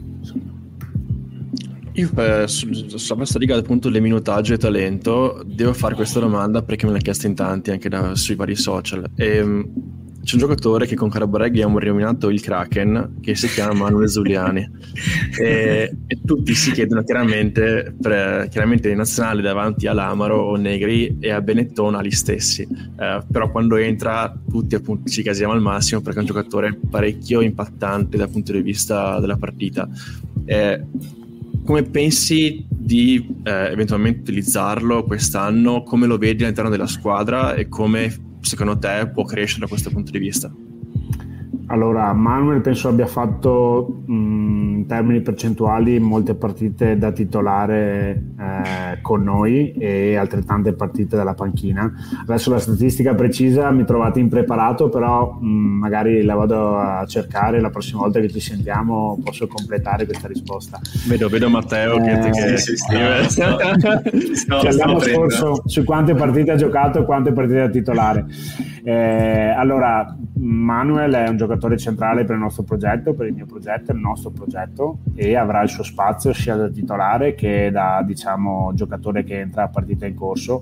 Io su questa riga appunto le minutaggio e talento devo fare questa domanda perché me l'ha chiesta in tanti anche sui vari social. C'è un giocatore che con Caraboreghi abbiamo rinominato il Kraken, che si chiama Manuel Zuliani e tutti si chiedono chiaramente in nazionale davanti a Lamaro o Negri e a Benetton gli stessi, però quando entra tutti appunto ci casiamo al massimo perché è un giocatore parecchio impattante dal punto di vista della partita. Come pensi di eventualmente utilizzarlo quest'anno? Come lo vedi all'interno della squadra e come secondo te può crescere da questo punto di vista? Allora, Manuel penso abbia fatto in termini percentuali molte partite da titolare con noi e altrettante partite dalla panchina. Adesso la statistica precisa mi trovate impreparato, però magari la vado a cercare, la prossima volta che ci sentiamo posso completare questa risposta. Vedo Matteo che scrive. Ci andiamo scorso su quante partite ha giocato e quante partite da titolare. Allora, Manuel è un giocatore centrale per il nostro progetto, per il mio progetto, il nostro progetto, e avrà il suo spazio sia da titolare che da, diciamo, giocatore che entra a partita in corso.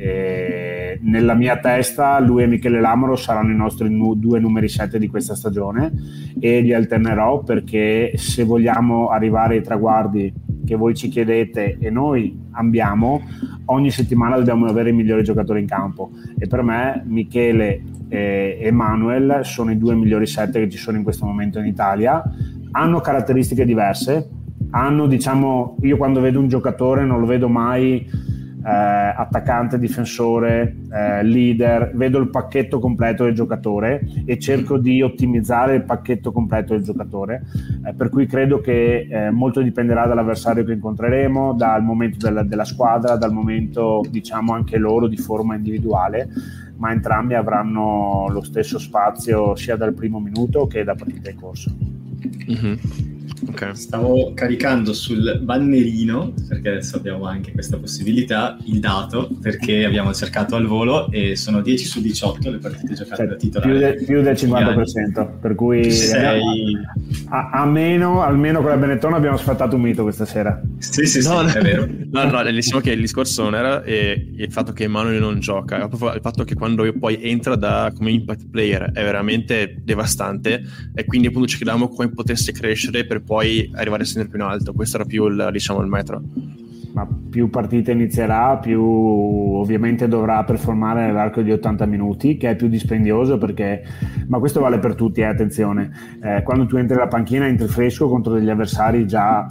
Nella mia testa lui e Michele Lamaro saranno i nostri due numeri 7 di questa stagione e li alternerò, perché se vogliamo arrivare ai traguardi che voi ci chiedete e noi abbiamo, ogni settimana dobbiamo avere i migliori giocatori in campo, e per me Michele e Manuel sono i due migliori 7 che ci sono in questo momento in Italia. Hanno caratteristiche diverse, diciamo, io quando vedo un giocatore non lo vedo mai attaccante, difensore, leader, vedo il pacchetto completo del giocatore e cerco di ottimizzare il pacchetto completo del giocatore, per cui credo che molto dipenderà dall'avversario che incontreremo, dal momento della squadra, dal momento, diciamo, anche loro di forma individuale, ma entrambi avranno lo stesso spazio sia dal primo minuto che da partita in corso. Mm-hmm. Okay. Stavo caricando sul bannerino, perché adesso abbiamo anche questa possibilità, il dato, perché abbiamo cercato al volo e sono 10 su 18 le partite giocate da titolare. Più del 50%, per cui almeno con la Benetton abbiamo sfatato un mito questa sera. Sì, è vero. No, diciamo che il discorso non era il fatto che Emanuele non gioca, è proprio il fatto che quando poi entra come impact player è veramente devastante, e quindi appunto ci chiediamo come potesse crescere per poi poi arrivare sempre più in alto. Questo era più il metro. Ma più partita inizierà, più ovviamente dovrà performare nell'arco di 80 minuti, che è più dispendioso, ma questo vale per tutti, attenzione. Quando tu entri alla panchina entri fresco contro degli avversari già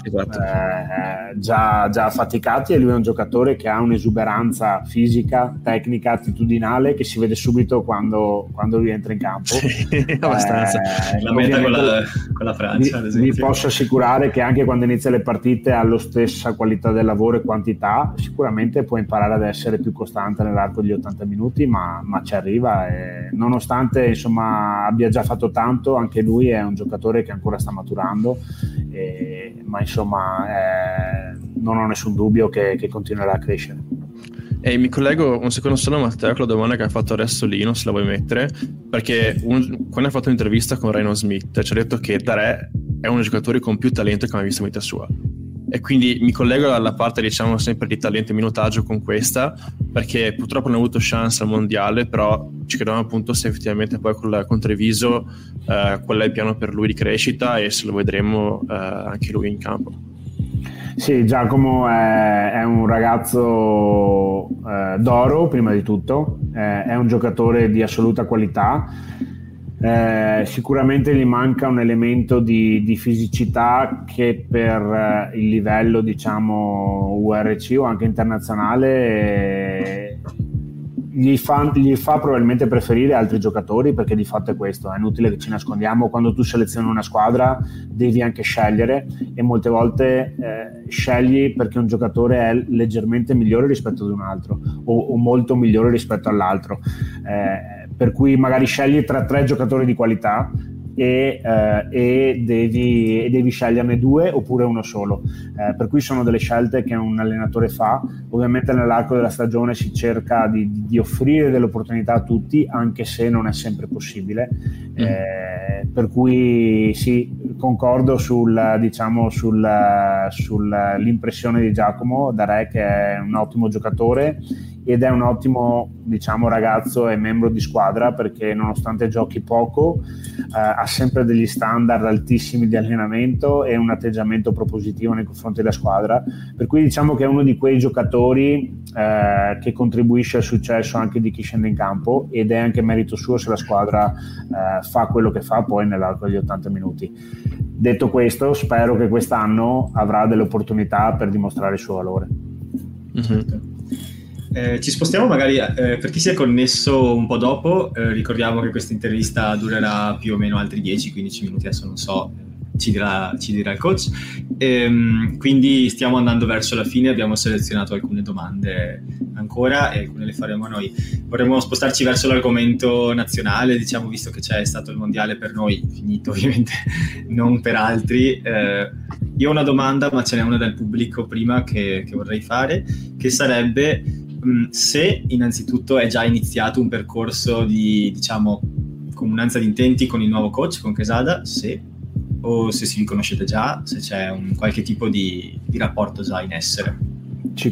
affaticati, e lui è un giocatore che ha un'esuberanza fisica, tecnica, attitudinale, che si vede subito quando lui entra in campo. Abbastanza. La meta con la Francia, ad esempio. Vi posso assicurare che anche quando inizia le partite ha la stessa qualità del lavoro e quantità. Sicuramente può imparare ad essere più costante nell'arco degli 80 minuti, ma ci arriva, e nonostante insomma abbia già fatto tanto, anche lui è un giocatore che ancora sta maturando, ma insomma non ho nessun dubbio che continuerà a crescere. E mi collego un secondo solo, Matteo, con la domanda che ha fatto adesso Lino, se la vuoi mettere, perché quando ha fatto un'intervista con Ryan Smith ci ha detto che Dare è uno dei giocatori con più talento che ha mai visto in vita sua. E quindi mi collego alla parte, diciamo, sempre di talento e minutaggio con questa, perché purtroppo non ha avuto chance al mondiale, però ci chiediamo appunto se effettivamente poi con Treviso qual è il piano per lui di crescita, e se lo vedremo anche lui in campo. Sì, Giacomo è un ragazzo d'oro, prima di tutto, è un giocatore di assoluta qualità. Sicuramente gli manca un elemento di fisicità che per il livello, diciamo, URC o anche internazionale gli fa probabilmente preferire altri giocatori, perché di fatto è questo, è inutile che ci nascondiamo. Quando tu selezioni una squadra devi anche scegliere, e molte volte scegli perché un giocatore è leggermente migliore rispetto ad un altro, o molto migliore rispetto all'altro, per cui magari scegli tra 3 giocatori di qualità e devi sceglierne 2 oppure uno solo, per cui sono delle scelte che un allenatore fa. Ovviamente nell'arco della stagione si cerca di offrire delle opportunità a tutti, anche se non è sempre possibile, per cui sì, concordo sull'impressione di Giacomo Dare, che è un ottimo giocatore ed è un ottimo, diciamo, ragazzo e membro di squadra, perché nonostante giochi poco ha sempre degli standard altissimi di allenamento e un atteggiamento propositivo nei confronti della squadra, per cui diciamo che è uno di quei giocatori che contribuisce al successo anche di chi scende in campo, ed è anche merito suo se la squadra fa quello che fa poi nell'arco degli 80 minuti. Detto questo, spero che quest'anno avrà delle opportunità per dimostrare il suo valore. Mm-hmm. Ci spostiamo magari, per chi si è connesso un po' dopo, ricordiamo che questa intervista durerà più o meno altri 10-15 minuti, adesso non so, ci dirà il coach. Quindi stiamo andando verso la fine, abbiamo selezionato alcune domande ancora e alcune le faremo noi. Vorremmo spostarci verso l'argomento nazionale, diciamo, visto che c'è stato il mondiale per noi, finito ovviamente, non per altri. Io ho una domanda, ma ce n'è una dal pubblico prima che vorrei fare, che sarebbe se innanzitutto è già iniziato un percorso di, diciamo, comunanza di intenti con il nuovo coach, con Quesada, o se si vi conoscete già, se c'è qualche tipo di rapporto già in essere. Ci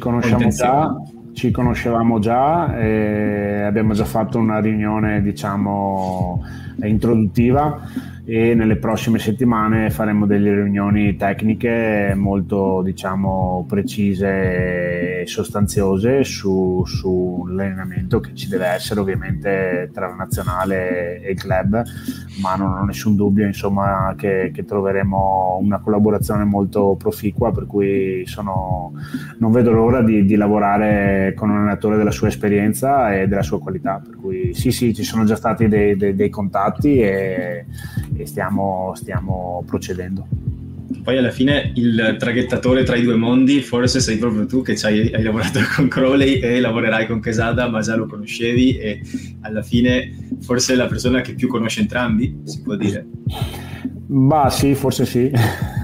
conoscevamo già e abbiamo già fatto una riunione, diciamo, introduttiva, e nelle prossime settimane faremo delle riunioni tecniche molto, diciamo, precise e sostanziose sull'allenamento che ci deve essere ovviamente tra la nazionale e il club, ma non ho nessun dubbio, insomma, che troveremo una collaborazione molto proficua, per cui non vedo l'ora di lavorare con un allenatore della sua esperienza e della sua qualità, per cui sì, ci sono già stati dei contatti e stiamo procedendo. Poi alla fine il traghettatore tra i due mondi forse sei proprio tu, che hai lavorato con Crowley e lavorerai con Quesada, ma già lo conoscevi, e alla fine forse è la persona che più conosce entrambi, si può dire. Bah sì, forse sì.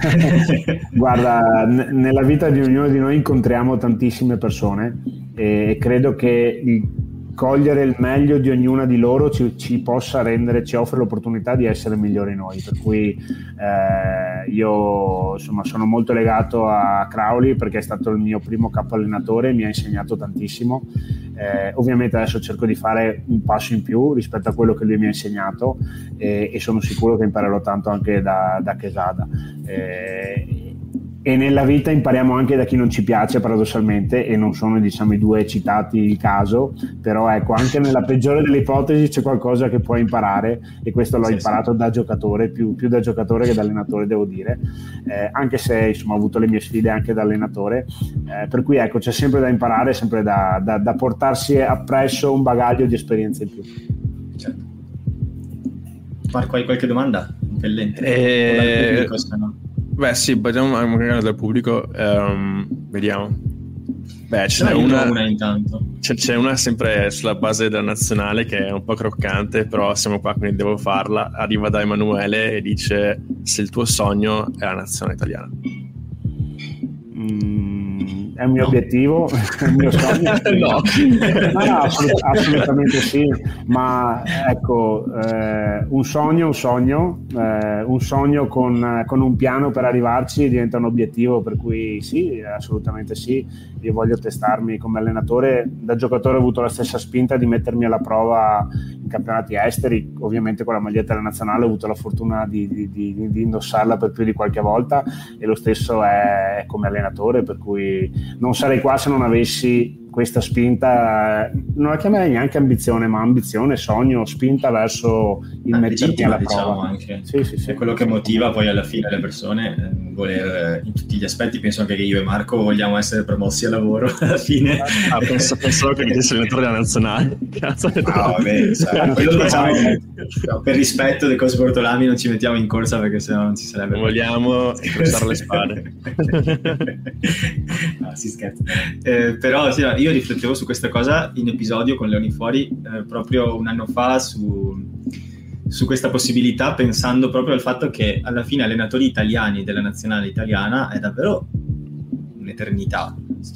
Guarda, nella vita di ognuno di noi incontriamo tantissime persone, e credo che cogliere il meglio di ognuna di loro ci possa rendere, ci offre l'opportunità di essere migliori noi, per cui io insomma sono molto legato a Crowley perché è stato il mio primo capo allenatore, mi ha insegnato tantissimo. Ovviamente adesso cerco di fare un passo in più rispetto a quello che lui mi ha insegnato, e sono sicuro che imparerò tanto anche da Quesada. E nella vita impariamo anche da chi non ci piace, paradossalmente, e non sono, diciamo, i due citati il caso, però ecco, anche nella peggiore delle ipotesi c'è qualcosa che puoi imparare, e questo l'ho imparato da giocatore, più da giocatore che da allenatore, devo dire, anche se insomma ho avuto le mie sfide anche da allenatore, per cui ecco, c'è sempre da imparare, sempre da portarsi appresso un bagaglio di esperienze in più. Certo. Marco, hai qualche domanda? Impellente? Beh sì, parliamo magari dal pubblico, vediamo. Beh, c'è una intanto. C'è una sempre sulla base della nazionale che è un po' croccante, però siamo qua quindi devo farla. Arriva da Emanuele e dice: se il tuo sogno è la nazionale italiana. È un mio obiettivo, è un mio sogno. No, assolutamente sì, ma ecco, un sogno con un piano per arrivarci diventa un obiettivo, per cui sì, assolutamente sì. Io voglio testarmi come allenatore. Da giocatore ho avuto la stessa spinta di mettermi alla prova in campionati esteri, ovviamente con la maglietta della nazionale ho avuto la fortuna di indossarla per più di qualche volta, e lo stesso è come allenatore, per cui non sarei qua se non avessi questa spinta, non la chiamerei neanche ambizione, ma ambizione, sogno, spinta verso il mettermi alla prova. Diciamo anche. Sì. È quello che motiva poi alla fine le persone, voler in tutti gli aspetti. Penso anche che io e Marco vogliamo essere promossi a lavoro alla fine. Pensavo che dicessi allenatore della nazionale. Cazzo, quello lo facciamo per rispetto dei Cosmo Ortolani, non ci mettiamo in corsa perché sennò non ci sarebbe. Vogliamo incrociare le spade. No, si scherza. Però sì, io riflettevo su questa cosa in episodio con Leoni Fuori proprio un anno fa su questa possibilità, pensando proprio al fatto che alla fine allenatori italiani della nazionale italiana è davvero un'eternità,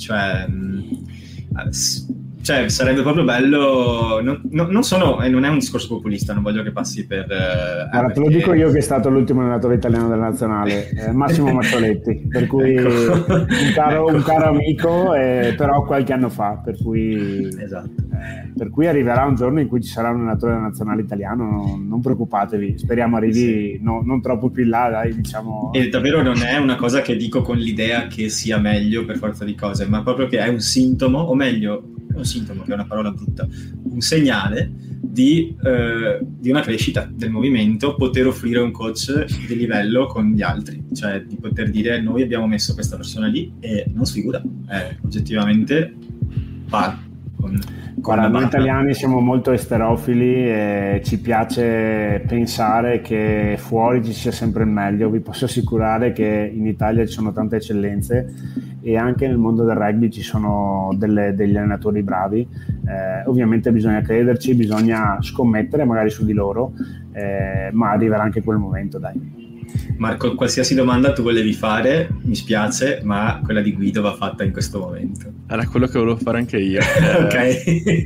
cioè sarebbe proprio bello, non sono, e non è un discorso populista, non voglio che passi per allora, te lo dico io che è stato l'ultimo allenatore italiano della nazionale, Massimo Mazzioletti, per cui ecco. un caro amico, però qualche anno fa, per cui esatto. Per cui arriverà un giorno in cui ci sarà un allenatore della nazionale italiano, non preoccupatevi, speriamo arrivi non troppo più in là, dai, diciamo. E davvero non è una cosa che dico con l'idea che sia meglio per forza di cose, ma proprio che è un sintomo, o meglio un sintomo, che è una parola brutta, un segnale di una crescita del movimento, poter offrire un coach di livello con gli altri, cioè di poter dire: noi abbiamo messo questa persona lì e non sfigura, oggettivamente va Guarda, noi italiani siamo molto esterofili e ci piace pensare che fuori ci sia sempre il meglio. Vi posso assicurare che in Italia ci sono tante eccellenze, e anche nel mondo del rugby ci sono degli allenatori bravi. Ovviamente bisogna crederci, bisogna scommettere magari su di loro, ma arriverà anche quel momento, dai. Marco, qualsiasi domanda tu volevi fare, mi spiace, ma quella di Guido va fatta in questo momento. Era quello che volevo fare anche io. Ok.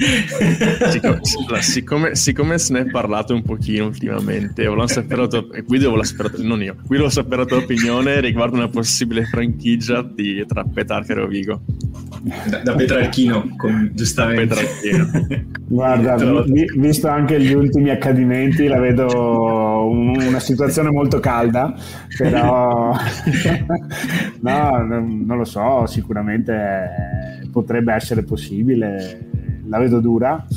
Siccome se ne è parlato un pochino ultimamente, volevo sapere Guido voleva sapere la tua opinione riguardo una possibile franchigia tra Petrarca e Rovigo. Da Petrarchino, giustamente. Petrarchino. Guarda, visto anche gli ultimi accadimenti, la vedo una situazione molto calda, però no, non lo so, sicuramente potrebbe essere possibile, la vedo dura,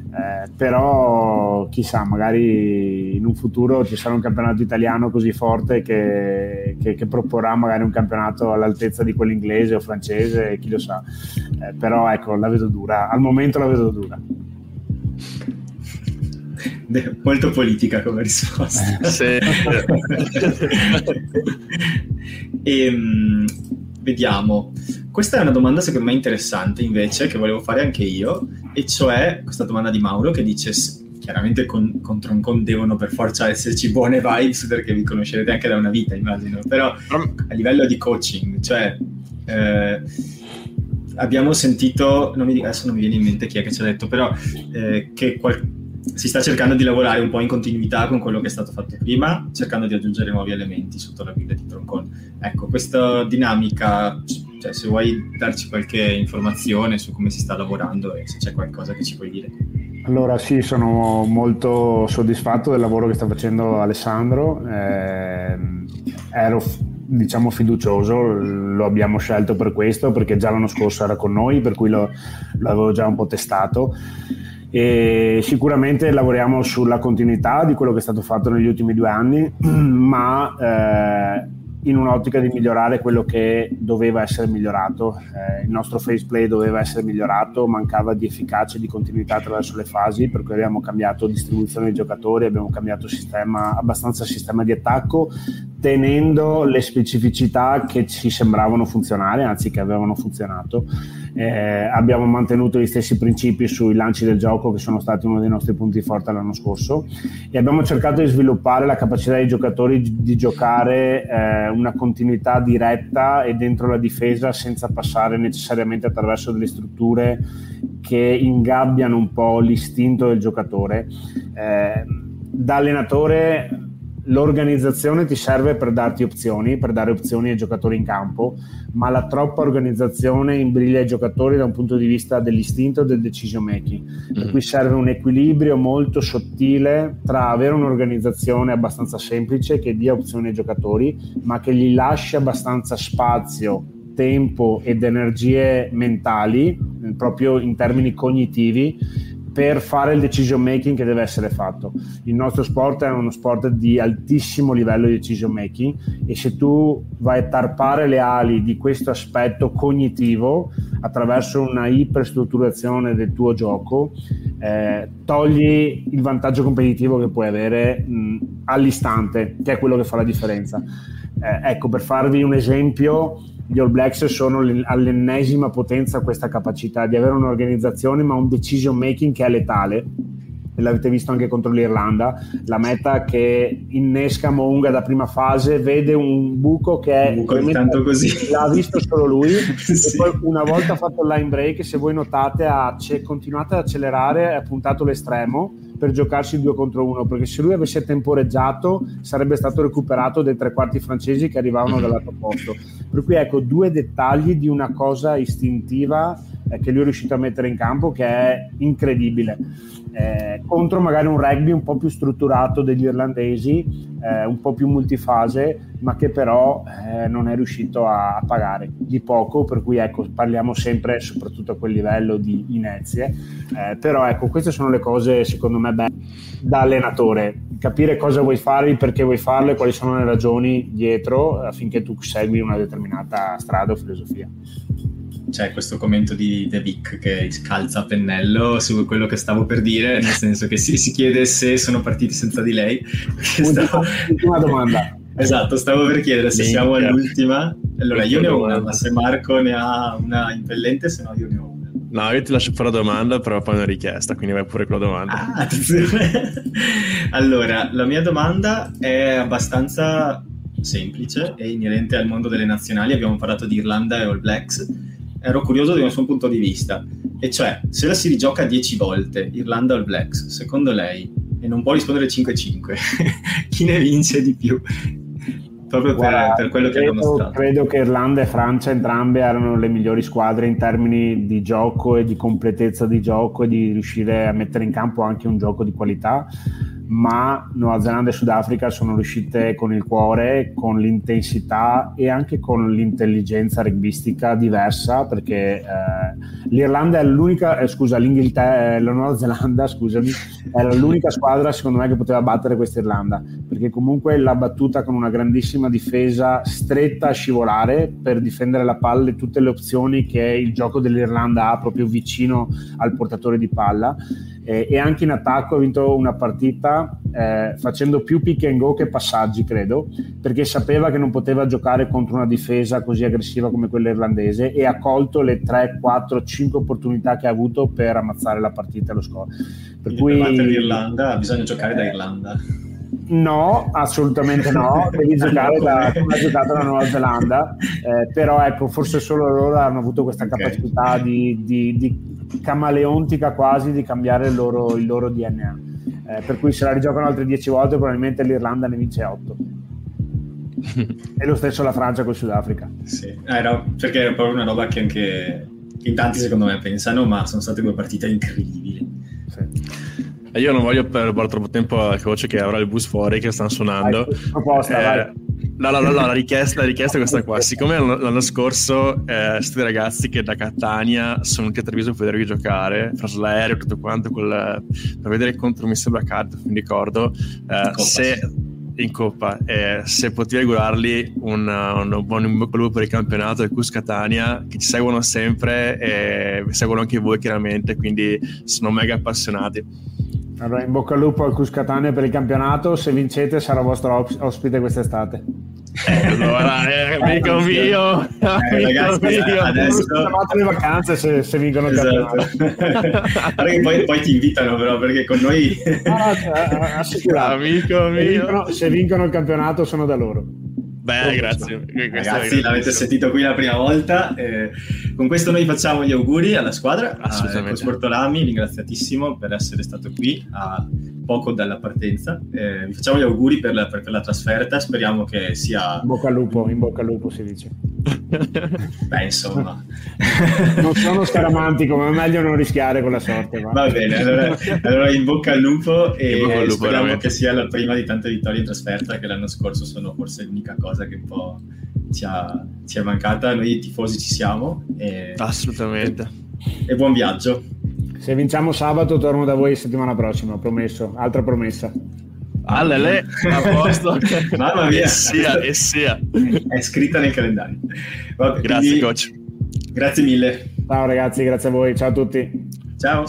però chissà, magari in un futuro ci sarà un campionato italiano così forte che proporrà magari un campionato all'altezza di quello inglese o francese, chi lo sa, però ecco, la vedo dura, al momento la vedo dura. Molto politica come risposta. Sì. Vediamo, questa è una domanda secondo me interessante invece, che volevo fare anche io, e cioè questa domanda di Mauro che dice: chiaramente con Troncon devono per forza esserci buone vibes perché vi conoscerete anche da una vita, immagino, però a livello di coaching, cioè abbiamo sentito, adesso non mi viene in mente chi è che ci ha detto, però che si sta cercando di lavorare un po' in continuità con quello che è stato fatto prima, cercando di aggiungere nuovi elementi sotto la guida di Troncon. Ecco, questa dinamica, cioè, se vuoi darci qualche informazione su come si sta lavorando e se c'è qualcosa che ci puoi dire. Allora sì, sono molto soddisfatto del lavoro che sta facendo Alessandro, ero diciamo fiducioso, lo abbiamo scelto per questo, perché già l'anno scorso era con noi, per cui l'avevo già un po' testato, e sicuramente lavoriamo sulla continuità di quello che è stato fatto negli ultimi 2 anni, ma in un'ottica di migliorare quello che doveva essere migliorato. Il nostro faceplay doveva essere migliorato, mancava di efficacia e di continuità attraverso le fasi, per cui abbiamo cambiato distribuzione dei giocatori, abbiamo cambiato sistema di attacco, tenendo le specificità che ci sembravano funzionare, anzi che avevano funzionato. Abbiamo mantenuto gli stessi principi sui lanci del gioco, che sono stati uno dei nostri punti forti l'anno scorso, e abbiamo cercato di sviluppare la capacità dei giocatori di giocare una continuità diretta e dentro la difesa, senza passare necessariamente attraverso delle strutture che ingabbiano un po' l'istinto del giocatore. Da allenatore l'organizzazione ti serve per darti opzioni, per dare opzioni ai giocatori in campo, ma la troppa organizzazione imbriglia i giocatori da un punto di vista dell'istinto e del decision making, per cui serve un equilibrio molto sottile tra avere un'organizzazione abbastanza semplice che dia opzioni ai giocatori, ma che gli lasci abbastanza spazio, tempo ed energie mentali, proprio in termini cognitivi, per fare il decision making che deve essere fatto. Il nostro sport è uno sport di altissimo livello di decision making, e se tu vai a tarpare le ali di questo aspetto cognitivo attraverso una iperstrutturazione del tuo gioco, togli il vantaggio competitivo che puoi avere all'istante, che è quello che fa la differenza. Ecco, per farvi un esempio, gli All Blacks sono all'ennesima potenza questa capacità di avere un'organizzazione ma un decision making che è letale, e l'avete visto anche contro l'Irlanda, la meta che innesca Mounga da prima fase, vede un buco che è tanto così, l'ha visto solo lui sì. E poi una volta fatto il line break, se voi notate, continuate ad accelerare, ha puntato l'estremo per giocarsi il 2 contro 1, perché se lui avesse temporeggiato sarebbe stato recuperato dai 3/4 francesi che arrivavano dal lato opposto. Per cui ecco, 2 dettagli di una cosa istintiva che lui è riuscito a mettere in campo, che è incredibile, contro magari un rugby un po' più strutturato degli irlandesi, un po' più multifase, ma che però non è riuscito a pagare di poco, per cui ecco, parliamo sempre soprattutto a quel livello di inezie, però ecco, queste sono le cose secondo me belle da allenatore, capire cosa vuoi fare, perché vuoi farlo e quali sono le ragioni dietro affinché tu segui una determinata strada o filosofia. C'è questo commento di De Vic che scalza a pennello su quello che stavo per dire, nel senso che si chiede se sono partiti senza di lei. Ultima domanda. Esatto, stavo per chiedere se siamo all'ultima. Allora, io ne ho una, ma se Marco ne ha una impellente, se no io ne ho una. No, io ti lascio fare la domanda, però poi una richiesta, quindi vai pure con la domanda. Attenzione. Allora, la mia domanda è abbastanza semplice, è inerente al mondo delle nazionali. Abbiamo parlato di Irlanda e All Blacks. Ero curioso del suo punto di vista, e cioè, se la si rigioca 10 volte, Irlanda All Blacks, secondo lei, e non può rispondere 5-5, chi ne vince di più? Proprio per quello che ha dimostrato. Credo che Irlanda e Francia entrambe erano le migliori squadre in termini di gioco e di completezza di gioco e di riuscire a mettere in campo anche un gioco di qualità, ma Nuova Zelanda e Sudafrica sono riuscite con il cuore, con l'intensità e anche con l'intelligenza rugbistica diversa, perché l'Irlanda è l'unica, la Nuova Zelanda, scusami, era l'unica squadra secondo me che poteva battere questa Irlanda, perché comunque l'ha battuta con una grandissima difesa stretta a scivolare per difendere la palla e tutte le opzioni che il gioco dell'Irlanda ha proprio vicino al portatore di palla. E anche in attacco ha vinto una partita facendo più pick and go che passaggi, credo, perché sapeva che non poteva giocare contro una difesa così aggressiva come quella irlandese, e ha colto le 3, 4, 5 opportunità che ha avuto per ammazzare la partita e lo score. Per cui battere l'Irlanda bisogna giocare da Irlanda. No, assolutamente no, devi giocare come ha giocato la Nuova Zelanda, però ecco, forse solo loro hanno avuto questa capacità di camaleontica quasi, di cambiare il loro DNA, per cui se la rigiocano altre 10 volte probabilmente l'Irlanda ne vince 8. E lo stesso la Francia col Sudafrica. Sì, perché è proprio una roba che anche in tanti secondo me pensano, ma sono state 2 partite incredibili. Sì. Io non voglio rubare troppo tempo al coach che avrà il bus fuori che stanno suonando. Vai. No, la richiesta è questa qua. Siccome l'anno scorso questi ragazzi che da Catania sono venuti a Treviso per vedervi giocare, fra l'aereo e tutto quanto, per vedere contro, mi sembra Cardiff, non ricordo, in Coppa, se potevi augurarli un buon in bocca al lupo per il campionato del Cus Catania, che ci seguono sempre e seguono anche voi chiaramente, quindi sono mega appassionati. Allora, in bocca al lupo al Cus Catania per il campionato, se vincete sarà vostro ospite quest'estate. Allora, amico mio, ragazzi, adesso le vacanze se vincono il campionato. poi ti invitano, però, perché con noi assicurato, amico mio, se vincono il campionato sono da loro. Beh, grazie. Ragazzi, l'avete sentito qui la prima volta. Con questo noi facciamo gli auguri alla squadra, a Sportolami, ringraziatissimo per essere stato qui a poco dalla partenza. Vi facciamo gli auguri per la trasferta, speriamo che sia... In bocca al lupo si dice. Beh, insomma. Non sono scaramantico, ma è meglio non rischiare con la sorte. Va bene, allora in bocca al lupo e speriamo che sia la prima di tante vittorie in trasferta, che l'anno scorso sono forse l'unica cosa che un po' ci è mancata. Noi tifosi ci siamo. Assolutamente. E buon viaggio. Se vinciamo sabato torno da voi settimana prossima, promesso, altra promessa. Allele, a posto. Mamma mia, e sia. È scritta nel calendario. Vabbè, grazie, quindi, coach. Grazie mille. Ciao ragazzi, grazie a voi. Ciao a tutti. Ciao.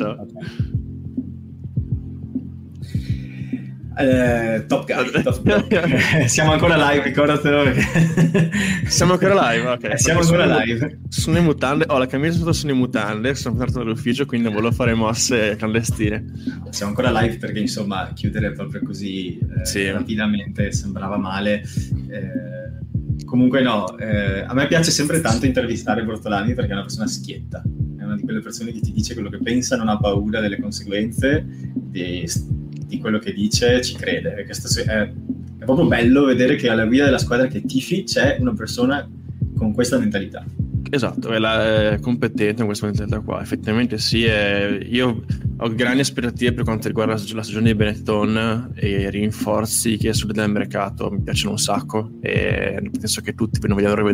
Top Guy. Siamo ancora live, ricordatelo. Siamo ancora live, ok. Siamo ancora live. Sono in mutande, ho la camicia sotto, sono in mutande, sono tornato dall'ufficio, quindi non volevo fare mosse clandestine. Siamo ancora live perché insomma chiudere proprio così rapidamente sembrava male. Comunque no, a me piace sempre tanto intervistare Bortolami perché è una persona schietta, è una di quelle persone che ti dice quello che pensa, non ha paura delle conseguenze di quello che dice, ci crede. E questo è proprio bello vedere che alla guida della squadra che tifi c'è una persona con questa mentalità. Esatto, è competente in questa mentalità qua, effettivamente sì. Io ho grandi aspettative per quanto riguarda la stagione di Benetton e i rinforzi che sono del mercato, mi piacciono un sacco e penso che tutti non vogliono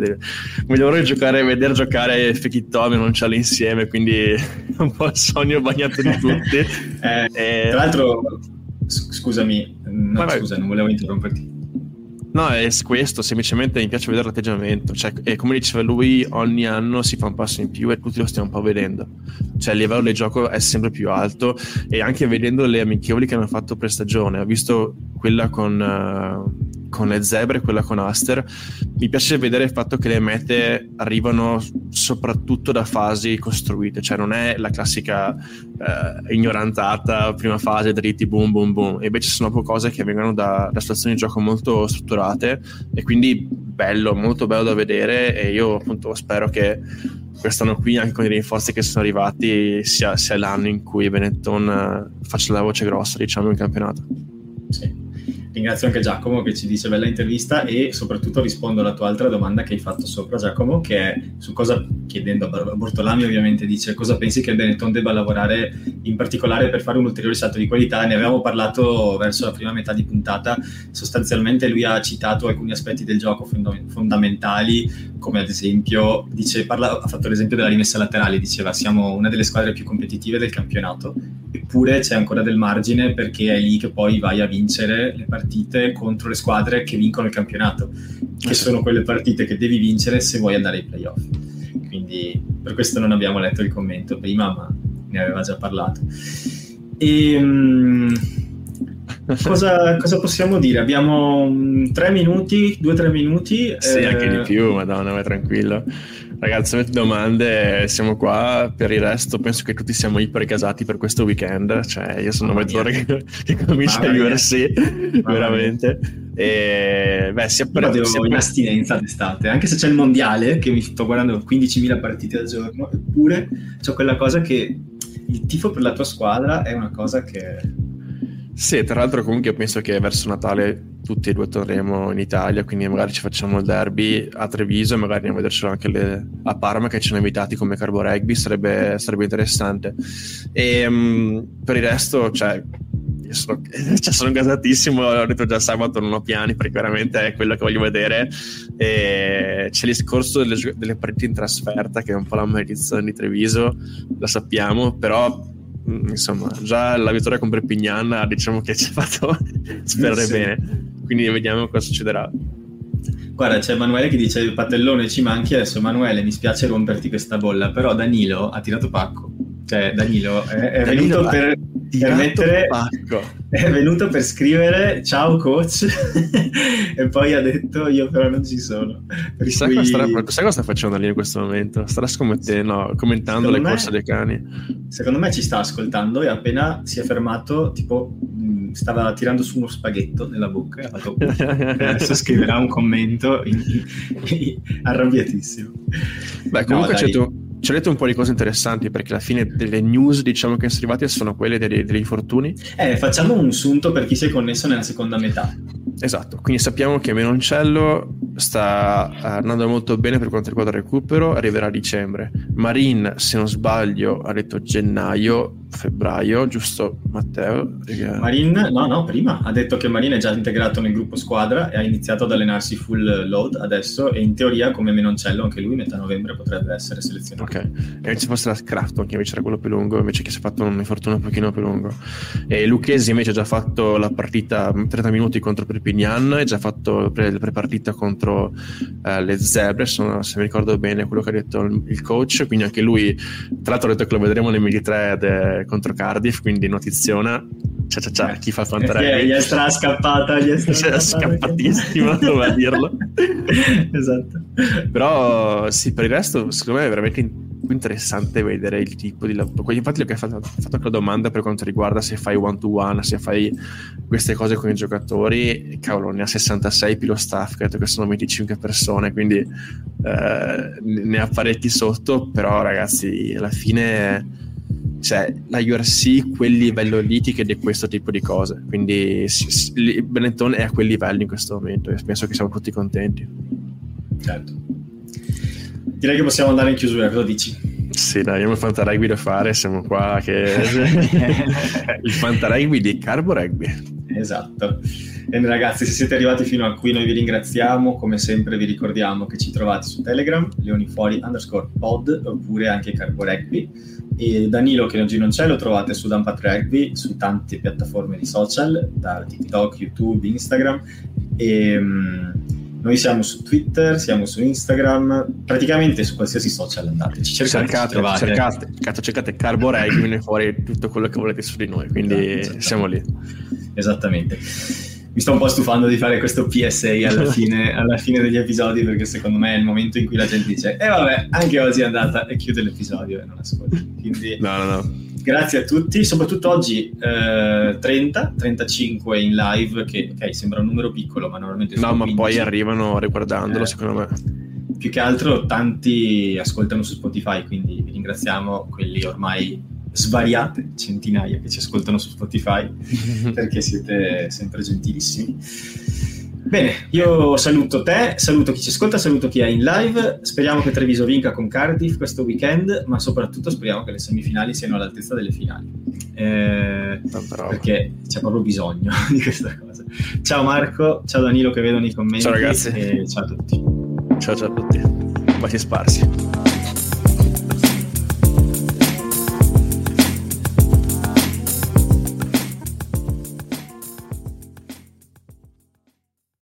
vedere giocare Fekitomi, non c'è insieme, quindi è un po' il sogno bagnato di tutti. Tra l'altro scusami, non volevo interromperti. No, è questo, semplicemente mi piace vedere l'atteggiamento, cioè, e come diceva lui, ogni anno si fa un passo in più e tutti lo stiamo un po' vedendo, cioè il livello del gioco è sempre più alto, e anche vedendo le amichevoli che hanno fatto pre-stagione, ho visto quella con le Zebre e quella con Aster, mi piace vedere il fatto che le mete arrivano soprattutto da fasi costruite, cioè non è la classica ignoranzata, prima fase, dritti, boom boom boom, e invece sono proprio cose che vengono da situazioni di gioco molto strutturate, e quindi bello, molto bello da vedere. E io appunto spero che quest'anno qui, anche con i rinforzi che sono arrivati, sia l'anno in cui Benetton faccia la voce grossa, diciamo, in campionato. Sì. Ringrazio anche Giacomo che ci dice bella intervista, e soprattutto rispondo alla tua altra domanda che hai fatto sopra, Giacomo, che è su cosa, chiedendo a Bortolami ovviamente, dice cosa pensi che il Benetton debba lavorare in particolare per fare un ulteriore salto di qualità. Ne avevamo parlato verso la prima metà di puntata, sostanzialmente lui ha citato alcuni aspetti del gioco fondamentali, come ad esempio ha fatto l'esempio della rimessa laterale, diceva siamo una delle squadre più competitive del campionato, eppure c'è ancora del margine perché è lì che poi vai a vincere le partite contro le squadre che vincono il campionato, che sono quelle partite che devi vincere se vuoi andare ai playoff. Quindi per questo non abbiamo letto il commento prima, ma ne aveva già parlato. Cosa possiamo dire? Abbiamo 2-3 minuti. Sì, anche di più, madonna, vai tranquillo. Ragazzi, avete domande, siamo qua. Per il resto penso che tutti siamo ipergasati per questo weekend. Cioè, io sono mezz'ora che comincia l'UFC, veramente. E devo in astinenza d'estate, anche se c'è il mondiale, che mi sto guardando 15.000 partite al giorno, eppure c'ho quella cosa che il tifo per la tua squadra è una cosa che... Sì, tra l'altro comunque penso che verso Natale tutti e due torneremo in Italia, quindi magari ci facciamo il derby a Treviso e magari andiamo a vedercelo anche a Parma, che ci hanno invitati come Carbo Rugby, sarebbe interessante. E per il resto, sono gasatissimo, ho detto già sabato, non ho piani perché veramente è quello che voglio vedere. E c'è il discorso delle partite in trasferta, che è un po' la maledizione di Treviso, lo sappiamo, però insomma già la vittoria con Perpignan diciamo che ci ha fatto sperare bene, quindi vediamo cosa succederà. Guarda, c'è Emanuele che dice Patellone ci manchi. Adesso Emanuele, mi spiace romperti questa bolla, però Danilo ha tirato pacco, cioè Danilo è venuto per mettere pacco. È venuto per scrivere ciao coach e poi ha detto io però non ci sono. Chissà cosa sta facendo lì in questo momento, starà scommettendo, commentando le corse dei cani. Secondo me ci sta ascoltando e appena si è fermato tipo stava tirando su uno spaghetto nella bocca e ha fatto adesso scriverà un commento arrabbiatissimo. Beh, comunque ci ho detto un po' di cose interessanti, perché alla fine delle news diciamo che sono arrivate sono quelle degli infortuni. Facciamo un sunto per chi si è connesso nella seconda metà. Esatto, quindi sappiamo che Menoncello sta andando molto bene per quanto riguarda il recupero, arriverà a dicembre. Marin, se non sbaglio, ha detto febbraio, giusto Matteo? Marin, no, prima ha detto che Marin è già integrato nel gruppo squadra e ha iniziato ad allenarsi full load adesso, e in teoria come Menoncello anche lui metà novembre potrebbe essere selezionato. Ok, e ci fosse la Crafton che invece era quello più lungo, invece che si è fatto un infortunio un pochino più lungo. E Lucchesi invece ha già fatto la partita 30 minuti contro Perpignan e già fatto la prepartita contro le Zebre, se mi ricordo bene quello che ha detto il coach, quindi anche lui tra l'altro ha detto che lo vedremo nel mid-3 contro Cardiff, quindi notiziona. Chi fa Fantarelli gli è scappata scappatissimo doveva dirlo. Esatto. Però sì, per il resto secondo me è veramente interessante vedere il tipo di lavoro. Infatti che hai fatto anche la domanda per quanto riguarda se fai one to one, se fai queste cose con i giocatori, cavolo, ne ha 66 più lo staff, credo che sono 25 persone, quindi ne ha parecchi sotto. Però ragazzi, alla fine cioè la URC quel livello lì ti chiede questo tipo di cose, quindi Benetton è a quel livello in questo momento e penso che siamo tutti contenti. Certo, direi che possiamo andare in chiusura, cosa dici? Sì, dai, abbiamo il Fantarugby da fare, siamo qua che il Fantarugby di Carbo Rugby. Esatto. E ragazzi, se siete arrivati fino a qui noi vi ringraziamo, come sempre vi ricordiamo che ci trovate su Telegram, leonifuori_pod, oppure anche Carbo Rugby, e Danilo che oggi non c'è lo trovate su Dampat Rugby su tante piattaforme di social, da TikTok, YouTube, Instagram, e noi siamo su Twitter, siamo su Instagram, praticamente su qualsiasi social andateci, cercate Carbo Rugby, viene fuori tutto quello che volete su di noi, quindi siamo lì. Esattamente. Mi sto un po' stufando di fare questo PSA alla fine degli episodi, perché secondo me è il momento in cui la gente dice vabbè, anche oggi è andata, e chiude l'episodio e non ascolta. Quindi no. Grazie a tutti, soprattutto oggi 30-35 in live, che ok, sembra un numero piccolo, ma normalmente sono 15. Poi arrivano riguardandolo, secondo me. Più che altro tanti ascoltano su Spotify, quindi vi ringraziamo, quelli ormai svariate centinaia che ci ascoltano su Spotify, perché siete sempre gentilissimi. Bene, io saluto te, saluto chi ci ascolta, saluto chi è in live. Speriamo che Treviso vinca con Cardiff questo weekend, ma soprattutto speriamo che le semifinali siano all'altezza delle finali, perché c'è proprio bisogno di questa cosa. Ciao Marco, ciao Danilo che vedo nei commenti. Ciao ragazzi, e ciao a tutti. Ciao a tutti, baci sparsi.